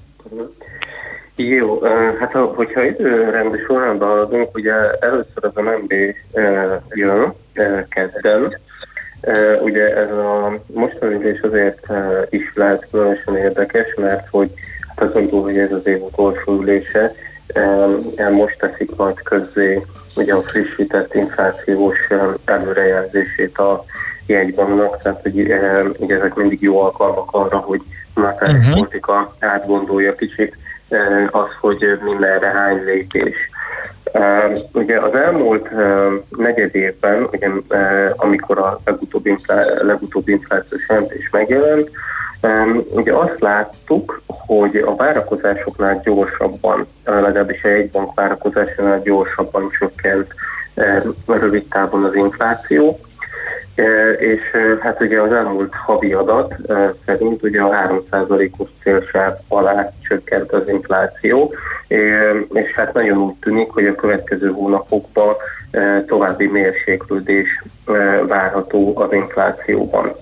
D: Jó, hát hogyha időrendi sorrendben haladunk, ugye először az em bé jön kedden. Uh, ugye ez a mostani ülés azért uh, is lehet különösen érdekes, mert hogy hát azon túl, hogy ez az év utolsó ülése, uh, most teszik majd közzé ugye a frissített inflációs uh, előrejelzését a jegybanknak, tehát hogy uh, ugye ezek mindig jó alkalmak arra, hogy monetáris uh-huh. politika átgondolja kicsit uh, az, hogy mindenre hány lépés. Uh, ugye az elmúlt uh, negyed évben, ugye, uh, amikor a legutóbbi, inflá- legutóbbi inflációs jelentés megjelent, um, ugye azt láttuk, hogy a várakozásoknál gyorsabban, uh, legalábbis a jegybank várakozásánál gyorsabban csökkent uh, rövid távon az infláció, uh, és uh, hát ugye az elmúlt havi adat uh, szerint ugye a három százalékos célsáv alá csökkent az infláció, és hát nagyon úgy tűnik, hogy a következő hónapokban további mérséklődés várható az inflációban.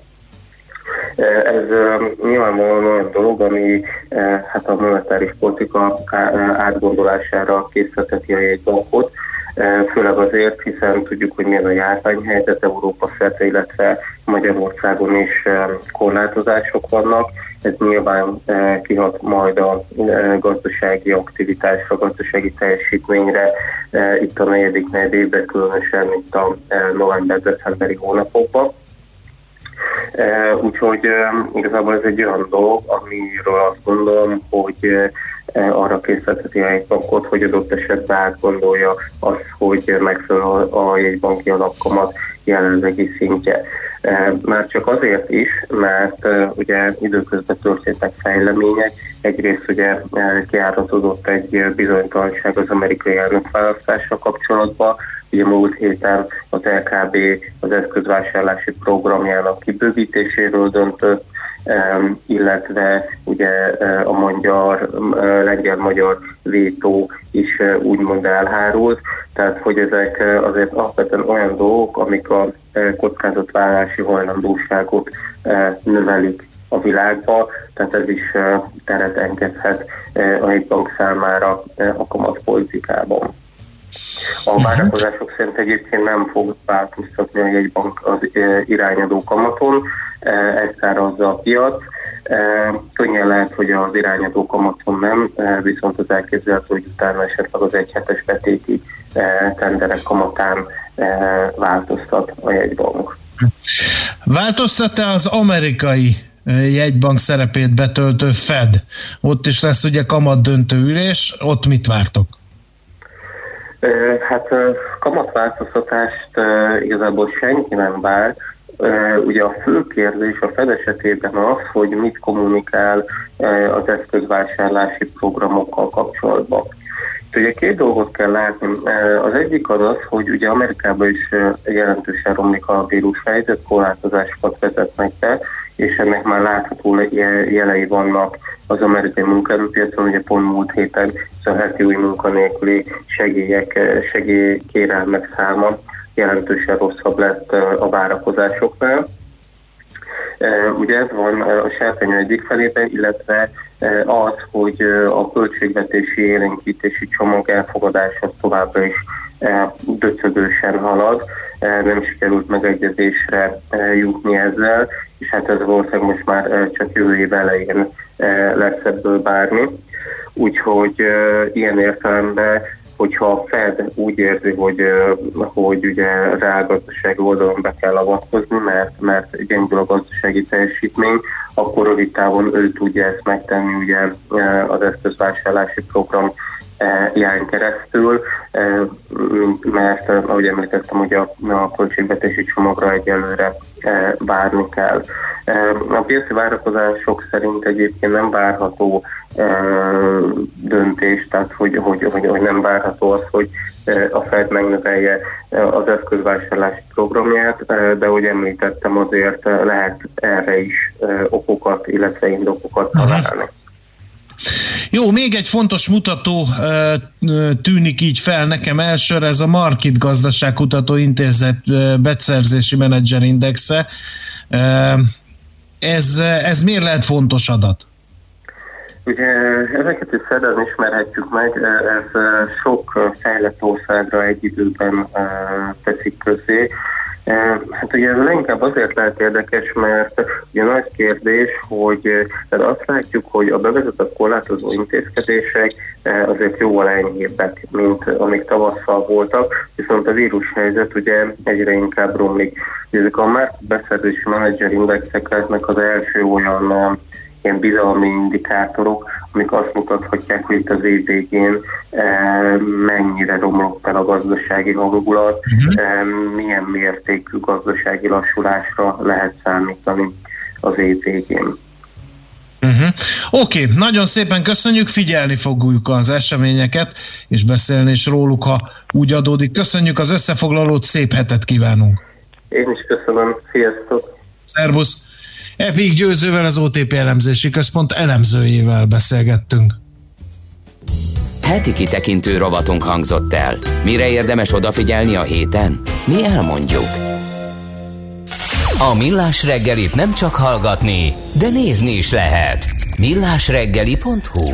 D: Ez nyilvánvalóan olyan dolog, ami hát a monetáris politika átgondolására készíteti a jegybankot, főleg azért, hiszen tudjuk, hogy milyen a járványhelyzet Európa szerte, illetve Magyarországon is korlátozások vannak. Ez nyilván kihat majd a gazdasági aktivitásra, gazdasági teljesítményre itt a negyedik negyedévben, különösen itt a november-decemberi hónapokban. Úgyhogy igazából ez egy olyan dolog, amiről azt gondolom, hogy arra készíteti a jegybankot, hogy adott esetben átgondolja azt, hogy megfelelő a jegybanki alapkamat jelenlegi szintje. Már csak azért is, mert ugye időközben történtek fejlemények, egyrészt ugye kiárazódott egy bizonytalanság az amerikai elnökválasztással kapcsolatban, ugye múlt héten az el ká bé az eszközvásárlási programjának kibővítéséről döntött, illetve ugye a magyar, lengyel-magyar vétó is úgymond elhárult, tehát hogy ezek azért alapvetően olyan dolgok, amik a kockázatvállalási hajlandóságot növelik a világba, tehát ez is teret engedhet a jegybank számára a kamatpolitikában. A várakozások szerint egyébként nem fog változtatni a jegybank az irányadó kamaton, ezt szárazza a piac. Könnyen lehet, hogy az irányadó kamaton nem, viszont az elképzelhető, hogy utána esetleg az egyhetes betéti tenderek kamatán változtat a jegybank.
F: Változtat-e az amerikai jegybank szerepét betöltő Fed? Ott is lesz ugye kamat döntő ülés, ott mit vártok?
D: Hát kamatváltoztatást igazából senki nem vár. Ugye a fő kérdés a Fed esetében az, hogy mit kommunikál az eszközvásárlási programokkal kapcsolatban. Ugye két dolgot kell látni. Az egyik az az, hogy ugye Amerikában is jelentősen romlik a vírushelyzet, korlátozásokat vezetnek be, és ennek már látható jelei vannak az amerikai munkaerőpiacon, ugye pont múlt héten a heti új munkanélküli segélyek, segélykérelmek száma jelentősen rosszabb lett a várakozásoknál. Ugye ez van a serpenyő egyik felében, illetve az, hogy a költségvetési élénkítési csomag elfogadása továbbra is döcögősen halad, nem sikerült megegyezésre jutni ezzel, és hát ez valószínűleg most már csak jövő év elején lesz ebből bármi. Úgyhogy ilyen értelemben, hogyha a Fed úgy érzi, hogy, hogy ugye reálgazdasági oldalon be kell avatkozni, mert, mert gyengül a gazdasági teljesítmény, akkor rövid távon ő tudja ezt megtenni ugye az eszközvásárlási program járn keresztül, mert ahogy említettem, hogy a, a költségvetési csomagra egyelőre várni kell. A piaci várakozások szerint egyébként nem várható döntés, tehát hogy, hogy, hogy, hogy nem várható az, hogy a Fed megnövelje az eszközvásárlási programját, de ahogy említettem, azért lehet erre is okokat, illetve indokokat találni.
F: Jó, még egy fontos mutató tűnik így fel nekem elsőre, ez a Markit Gazdaságkutató Intézet beszerzési menedzser indexe. Ez, ez miért lehet fontos adat?
D: Ugye ezeket is szerdán ismerhetjük meg, ez sok fejlett országra egy időben teszik közé. Hát ugye ez leginkább azért lehet érdekes, mert ugye nagy kérdés, hogy tehát azt látjuk, hogy a bevezetett korlátozó intézkedések azért jóval enyhébbek, mint amik tavasszal voltak, viszont a vírushelyzet ugye egyre inkább romlik. Ezek a Markit beszerzési menedzser indexek lesznek az első olyan ilyen bizalmi indikátorok, amik azt mutathatják, hogy itt az év végén e, mennyire romlott el a gazdasági hangulat, uh-huh. e, milyen mértékű gazdasági lassulásra lehet számítani az év végén.
F: Uh-huh. Oké, okay, nagyon szépen köszönjük, figyelni fogjuk az eseményeket, és beszélni is róluk, ha úgy adódik. Köszönjük az összefoglalót, szép hetet kívánunk!
D: Én is köszönöm, sziasztok!
F: Szerbusz! Epik Győzővel, az o té pé elemzési központ elemzőjével beszélgettünk.
B: Heti kitekintő rovatunk hangzott el. Mire érdemes odafigyelni a héten? Mi elmondjuk. A Millás reggelit nem csak hallgatni, de nézni is lehet. millásreggeli pont hu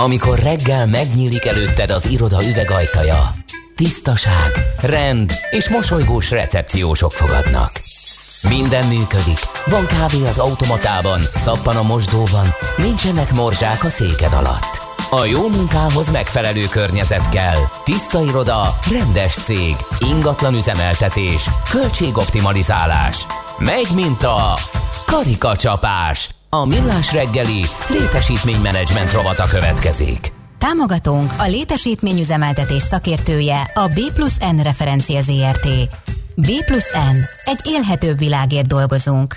B: Amikor reggel megnyílik előtted az iroda üvegajtaja, tisztaság, rend és mosolygós recepciósok fogadnak. Minden működik, van kávé az automatában, szappan a mosdóban, nincsenek morzsák a széked alatt. A jó munkához megfelelő környezet kell. Tiszta iroda, rendes cég, ingatlan üzemeltetés, költségoptimalizálás. Megy, mint a karikacsapás. A Millás reggeli létesítménymenedzsment rovata következik.
N: Támogatónk a létesítményüzemeltetés szakértője a B plusz N Referencia Zrt. B plusz N. Egy élhetőbb világért dolgozunk.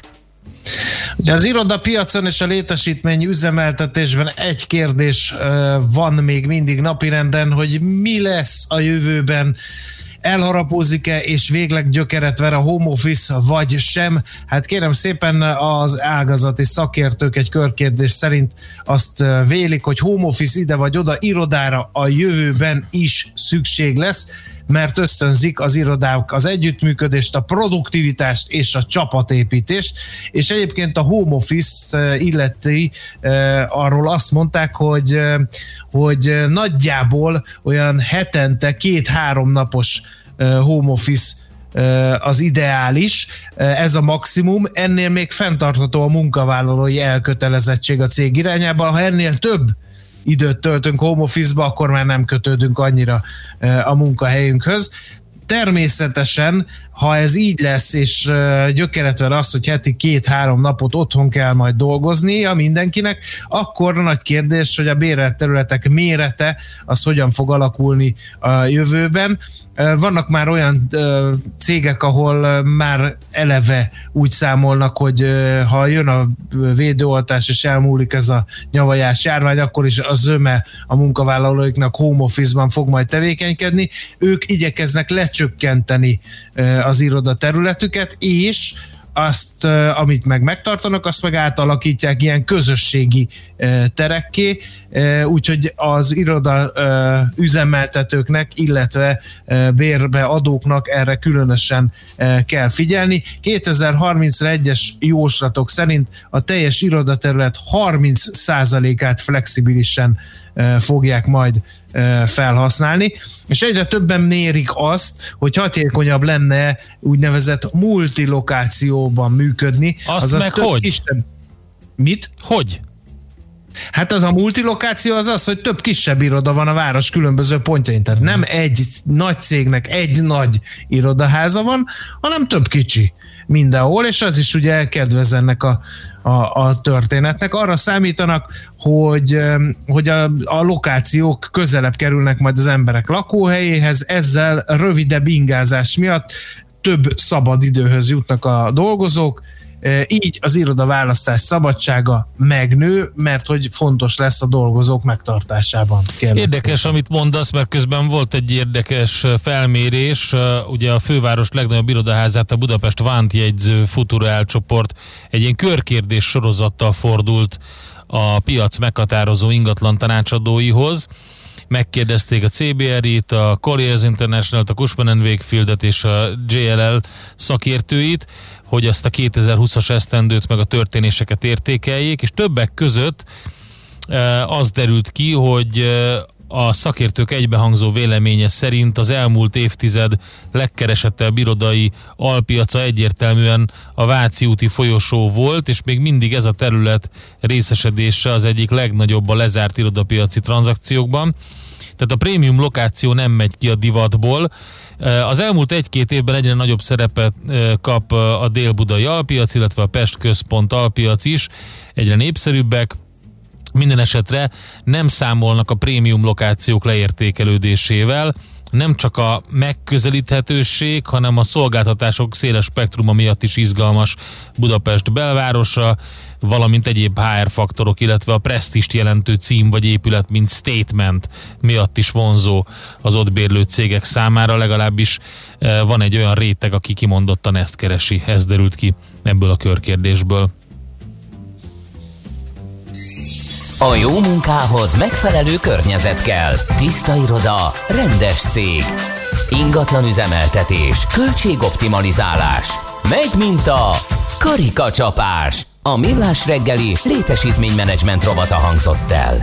F: Ugye az irodapiacon és a létesítmény üzemeltetésben egy kérdés uh, van még mindig napirenden, hogy mi lesz a jövőben, elharapózik-e és végleg gyökeret ver a home office vagy sem? Hát kérem szépen, az ágazati szakértők egy körkérdés szerint azt vélik, hogy home office ide vagy oda, irodára a jövőben is szükség lesz, mert ösztönzik az irodák az együttműködést, a produktivitást és a csapatépítést, és egyébként a home office illeti arról azt mondták, hogy, hogy nagyjából olyan hetente két-három napos home office az ideális, ez a maximum, ennél még fenntartható a munkavállalói elkötelezettség a cég irányába, ha ennél több időt töltünk home office-ba, akkor már nem kötődünk annyira a munkahelyünkhöz. Természetesen, ha ez így lesz, és gyökeret ver az, hogy heti két-három napot otthon kell majd dolgoznia mindenkinek, akkor nagy kérdés, hogy a bérelt területek mérete az hogyan fog alakulni a jövőben. Vannak már olyan cégek, ahol már eleve úgy számolnak, hogy ha jön a védőoltás és elmúlik ez a nyavajás járvány, akkor is a zöme a munkavállalóiknak home office-ban fog majd tevékenykedni. Ők igyekeznek lecsökkenteni az iroda területüket, és azt, amit meg megtartanak, azt meg átalakítják ilyen közösségi terekké, úgyhogy az iroda üzemeltetőknek, illetve bérbeadóknak erre különösen kell figyelni. kétezer-harmincra egyes jóslatok szerint a teljes irodaterület harminc százalékát flexibilisen fogják majd felhasználni, és egyre többen mérik azt, hogy hatékonyabb lenne úgynevezett multilokációban működni.
E: Azt azaz meg hogy?
F: Kisebb... Mit?
E: Hogy?
F: Hát az a multilokáció az az, hogy több kisebb iroda van a város különböző pontjain. Tehát nem egy nagy cégnek egy nagy irodaháza van, hanem több kicsi mindenhol, és az is ugye kedvez ennek a, a, a történetnek. Arra számítanak, hogy, hogy a, a lokációk közelebb kerülnek majd az emberek lakóhelyéhez, ezzel rövidebb ingázás miatt több szabad időhöz jutnak a dolgozók, így az irodaválasztás szabadsága megnő, mert hogy fontos lesz a dolgozók megtartásában.
E: Érdekes, amit mondasz, mert közben volt egy érdekes felmérés, ugye a főváros legnagyobb irodaházát, a Budapest Vánt jegyző Futurál csoport egy ilyen körkérdés sorozattal fordult a piac meghatározó ingatlan tanácsadóihoz. Megkérdezték a cé bé er í-t, a Colliers International-t, a Cushman and Wakefield-et és a jé el el szakértőit, hogy azt a kétezer-húszas esztendőt meg a történéseket értékeljék, és többek között az derült ki, hogy a szakértők egybehangzó véleménye szerint az elmúlt évtized legkeresettebb irodai alpiaca egyértelműen a Váci úti folyosó volt, és még mindig ez a terület részesedése az egyik legnagyobb a lezárt irodapiaci tranzakciókban. Tehát a prémium lokáció nem megy ki a divatból. Az elmúlt egy-két évben egyre nagyobb szerepet kap a dél-budai alpiac, illetve a Pest központ alpiac is, egyre népszerűbbek. Minden esetre nem számolnak a prémium lokációk leértékelődésével, nem csak a megközelíthetőség, hanem a szolgáltatások széles spektruma miatt is izgalmas Budapest belvárosa, valamint egyéb há er faktorok, illetve a presztízst jelentő cím vagy épület, mint statement miatt is vonzó az ott bérlő cégek számára, legalábbis van egy olyan réteg, aki kimondottan ezt keresi, ez derült ki ebből a körkérdésből.
B: A jó munkához megfelelő környezet kell. Tiszta iroda, rendes cég, ingatlan üzemeltetés, költségoptimalizálás. Megy, mint a karikacsapás. A Millás reggeli létesítménymenedzsment rovata hangzott el.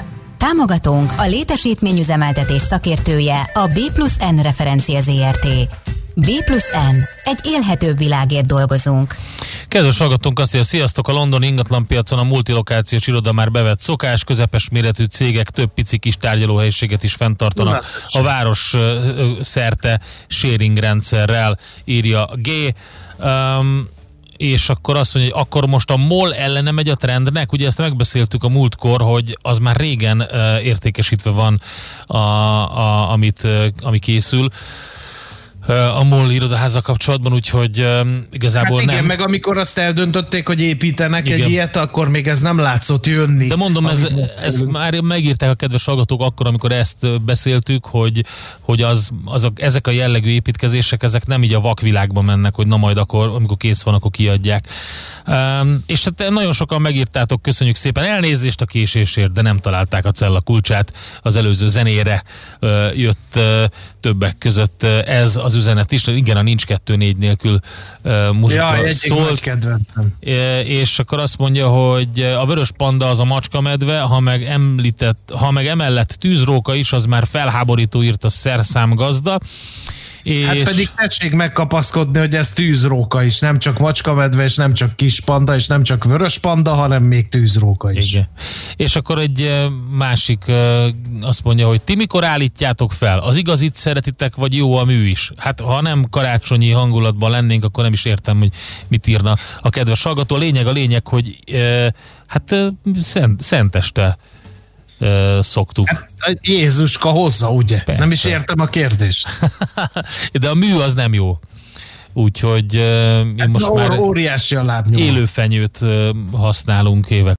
N: Támogatónk a létesítményüzemeltetés szakértője, a B plusz N Referencia Zrt. B plusz N. Egy élhetőbb világért dolgozunk.
E: Kedves hallgatónk, azt mondja, sziasztok, a londoni ingatlanpiacon a multilokációs iroda már bevett szokás, közepes méretű cégek több pici kis tárgyalóhelyiséget is fenntartanak a város szerte sharing rendszerrel, írja G. Um, és akkor azt mondja, hogy akkor most a MOL ellene megy a trendnek, ugye ezt megbeszéltük a múltkor, hogy az már régen uh, értékesítve van, a, a, amit, uh, ami készül a MOL irodaházzal kapcsolatban, úgyhogy um, igazából hát igen, nem.
F: meg amikor azt eldöntötték, hogy építenek
E: igen.
F: egy ilyet, akkor még ez nem látszott jönni.
E: De mondom, ez, ezt már megírták a kedves hallgatók akkor, amikor ezt beszéltük, hogy, hogy az, azok, ezek a jellegű építkezések, ezek nem így a vakvilágban mennek, hogy na majd akkor, amikor kész van, akkor kiadják. Um, és hát nagyon sokan megírtátok, köszönjük szépen, elnézést a késésért, de nem találták a cella kulcsát, az előző zenére uh, jött uh, többek között uh, ez az üzenet is, igen, a Nincs kettő négy nélkül uh, muzsika
F: ja,
E: szólt, uh, és akkor azt mondja, hogy a vörös panda az a macska-medve, ha meg, említett, ha meg emellett tűzróka is, az már felháborító, írt a szerszámgazda. És...
F: Hát pedig tessék megkapaszkodni, hogy ez tűzróka is, nem csak macskamedve, és nem csak kis panda, és nem csak vörös panda, hanem még tűzróka is.
E: Igen. És akkor egy másik azt mondja, hogy ti mikor állítjátok fel? Az igazit szeretitek, vagy jó a mű is? Hát ha nem karácsonyi hangulatban lennénk, akkor nem is értem, hogy mit írna a kedves hallgató. A lényeg a lényeg, hogy hát szent, szenteste szoktuk.
F: Hát, Jézuska hozza, ugye? Persze. Nem is értem a kérdést.
E: De a mű az nem jó. Úgyhogy uh,
F: hát
E: most már
F: óriási a lábnyom.
E: élőfenyőt uh, használunk évek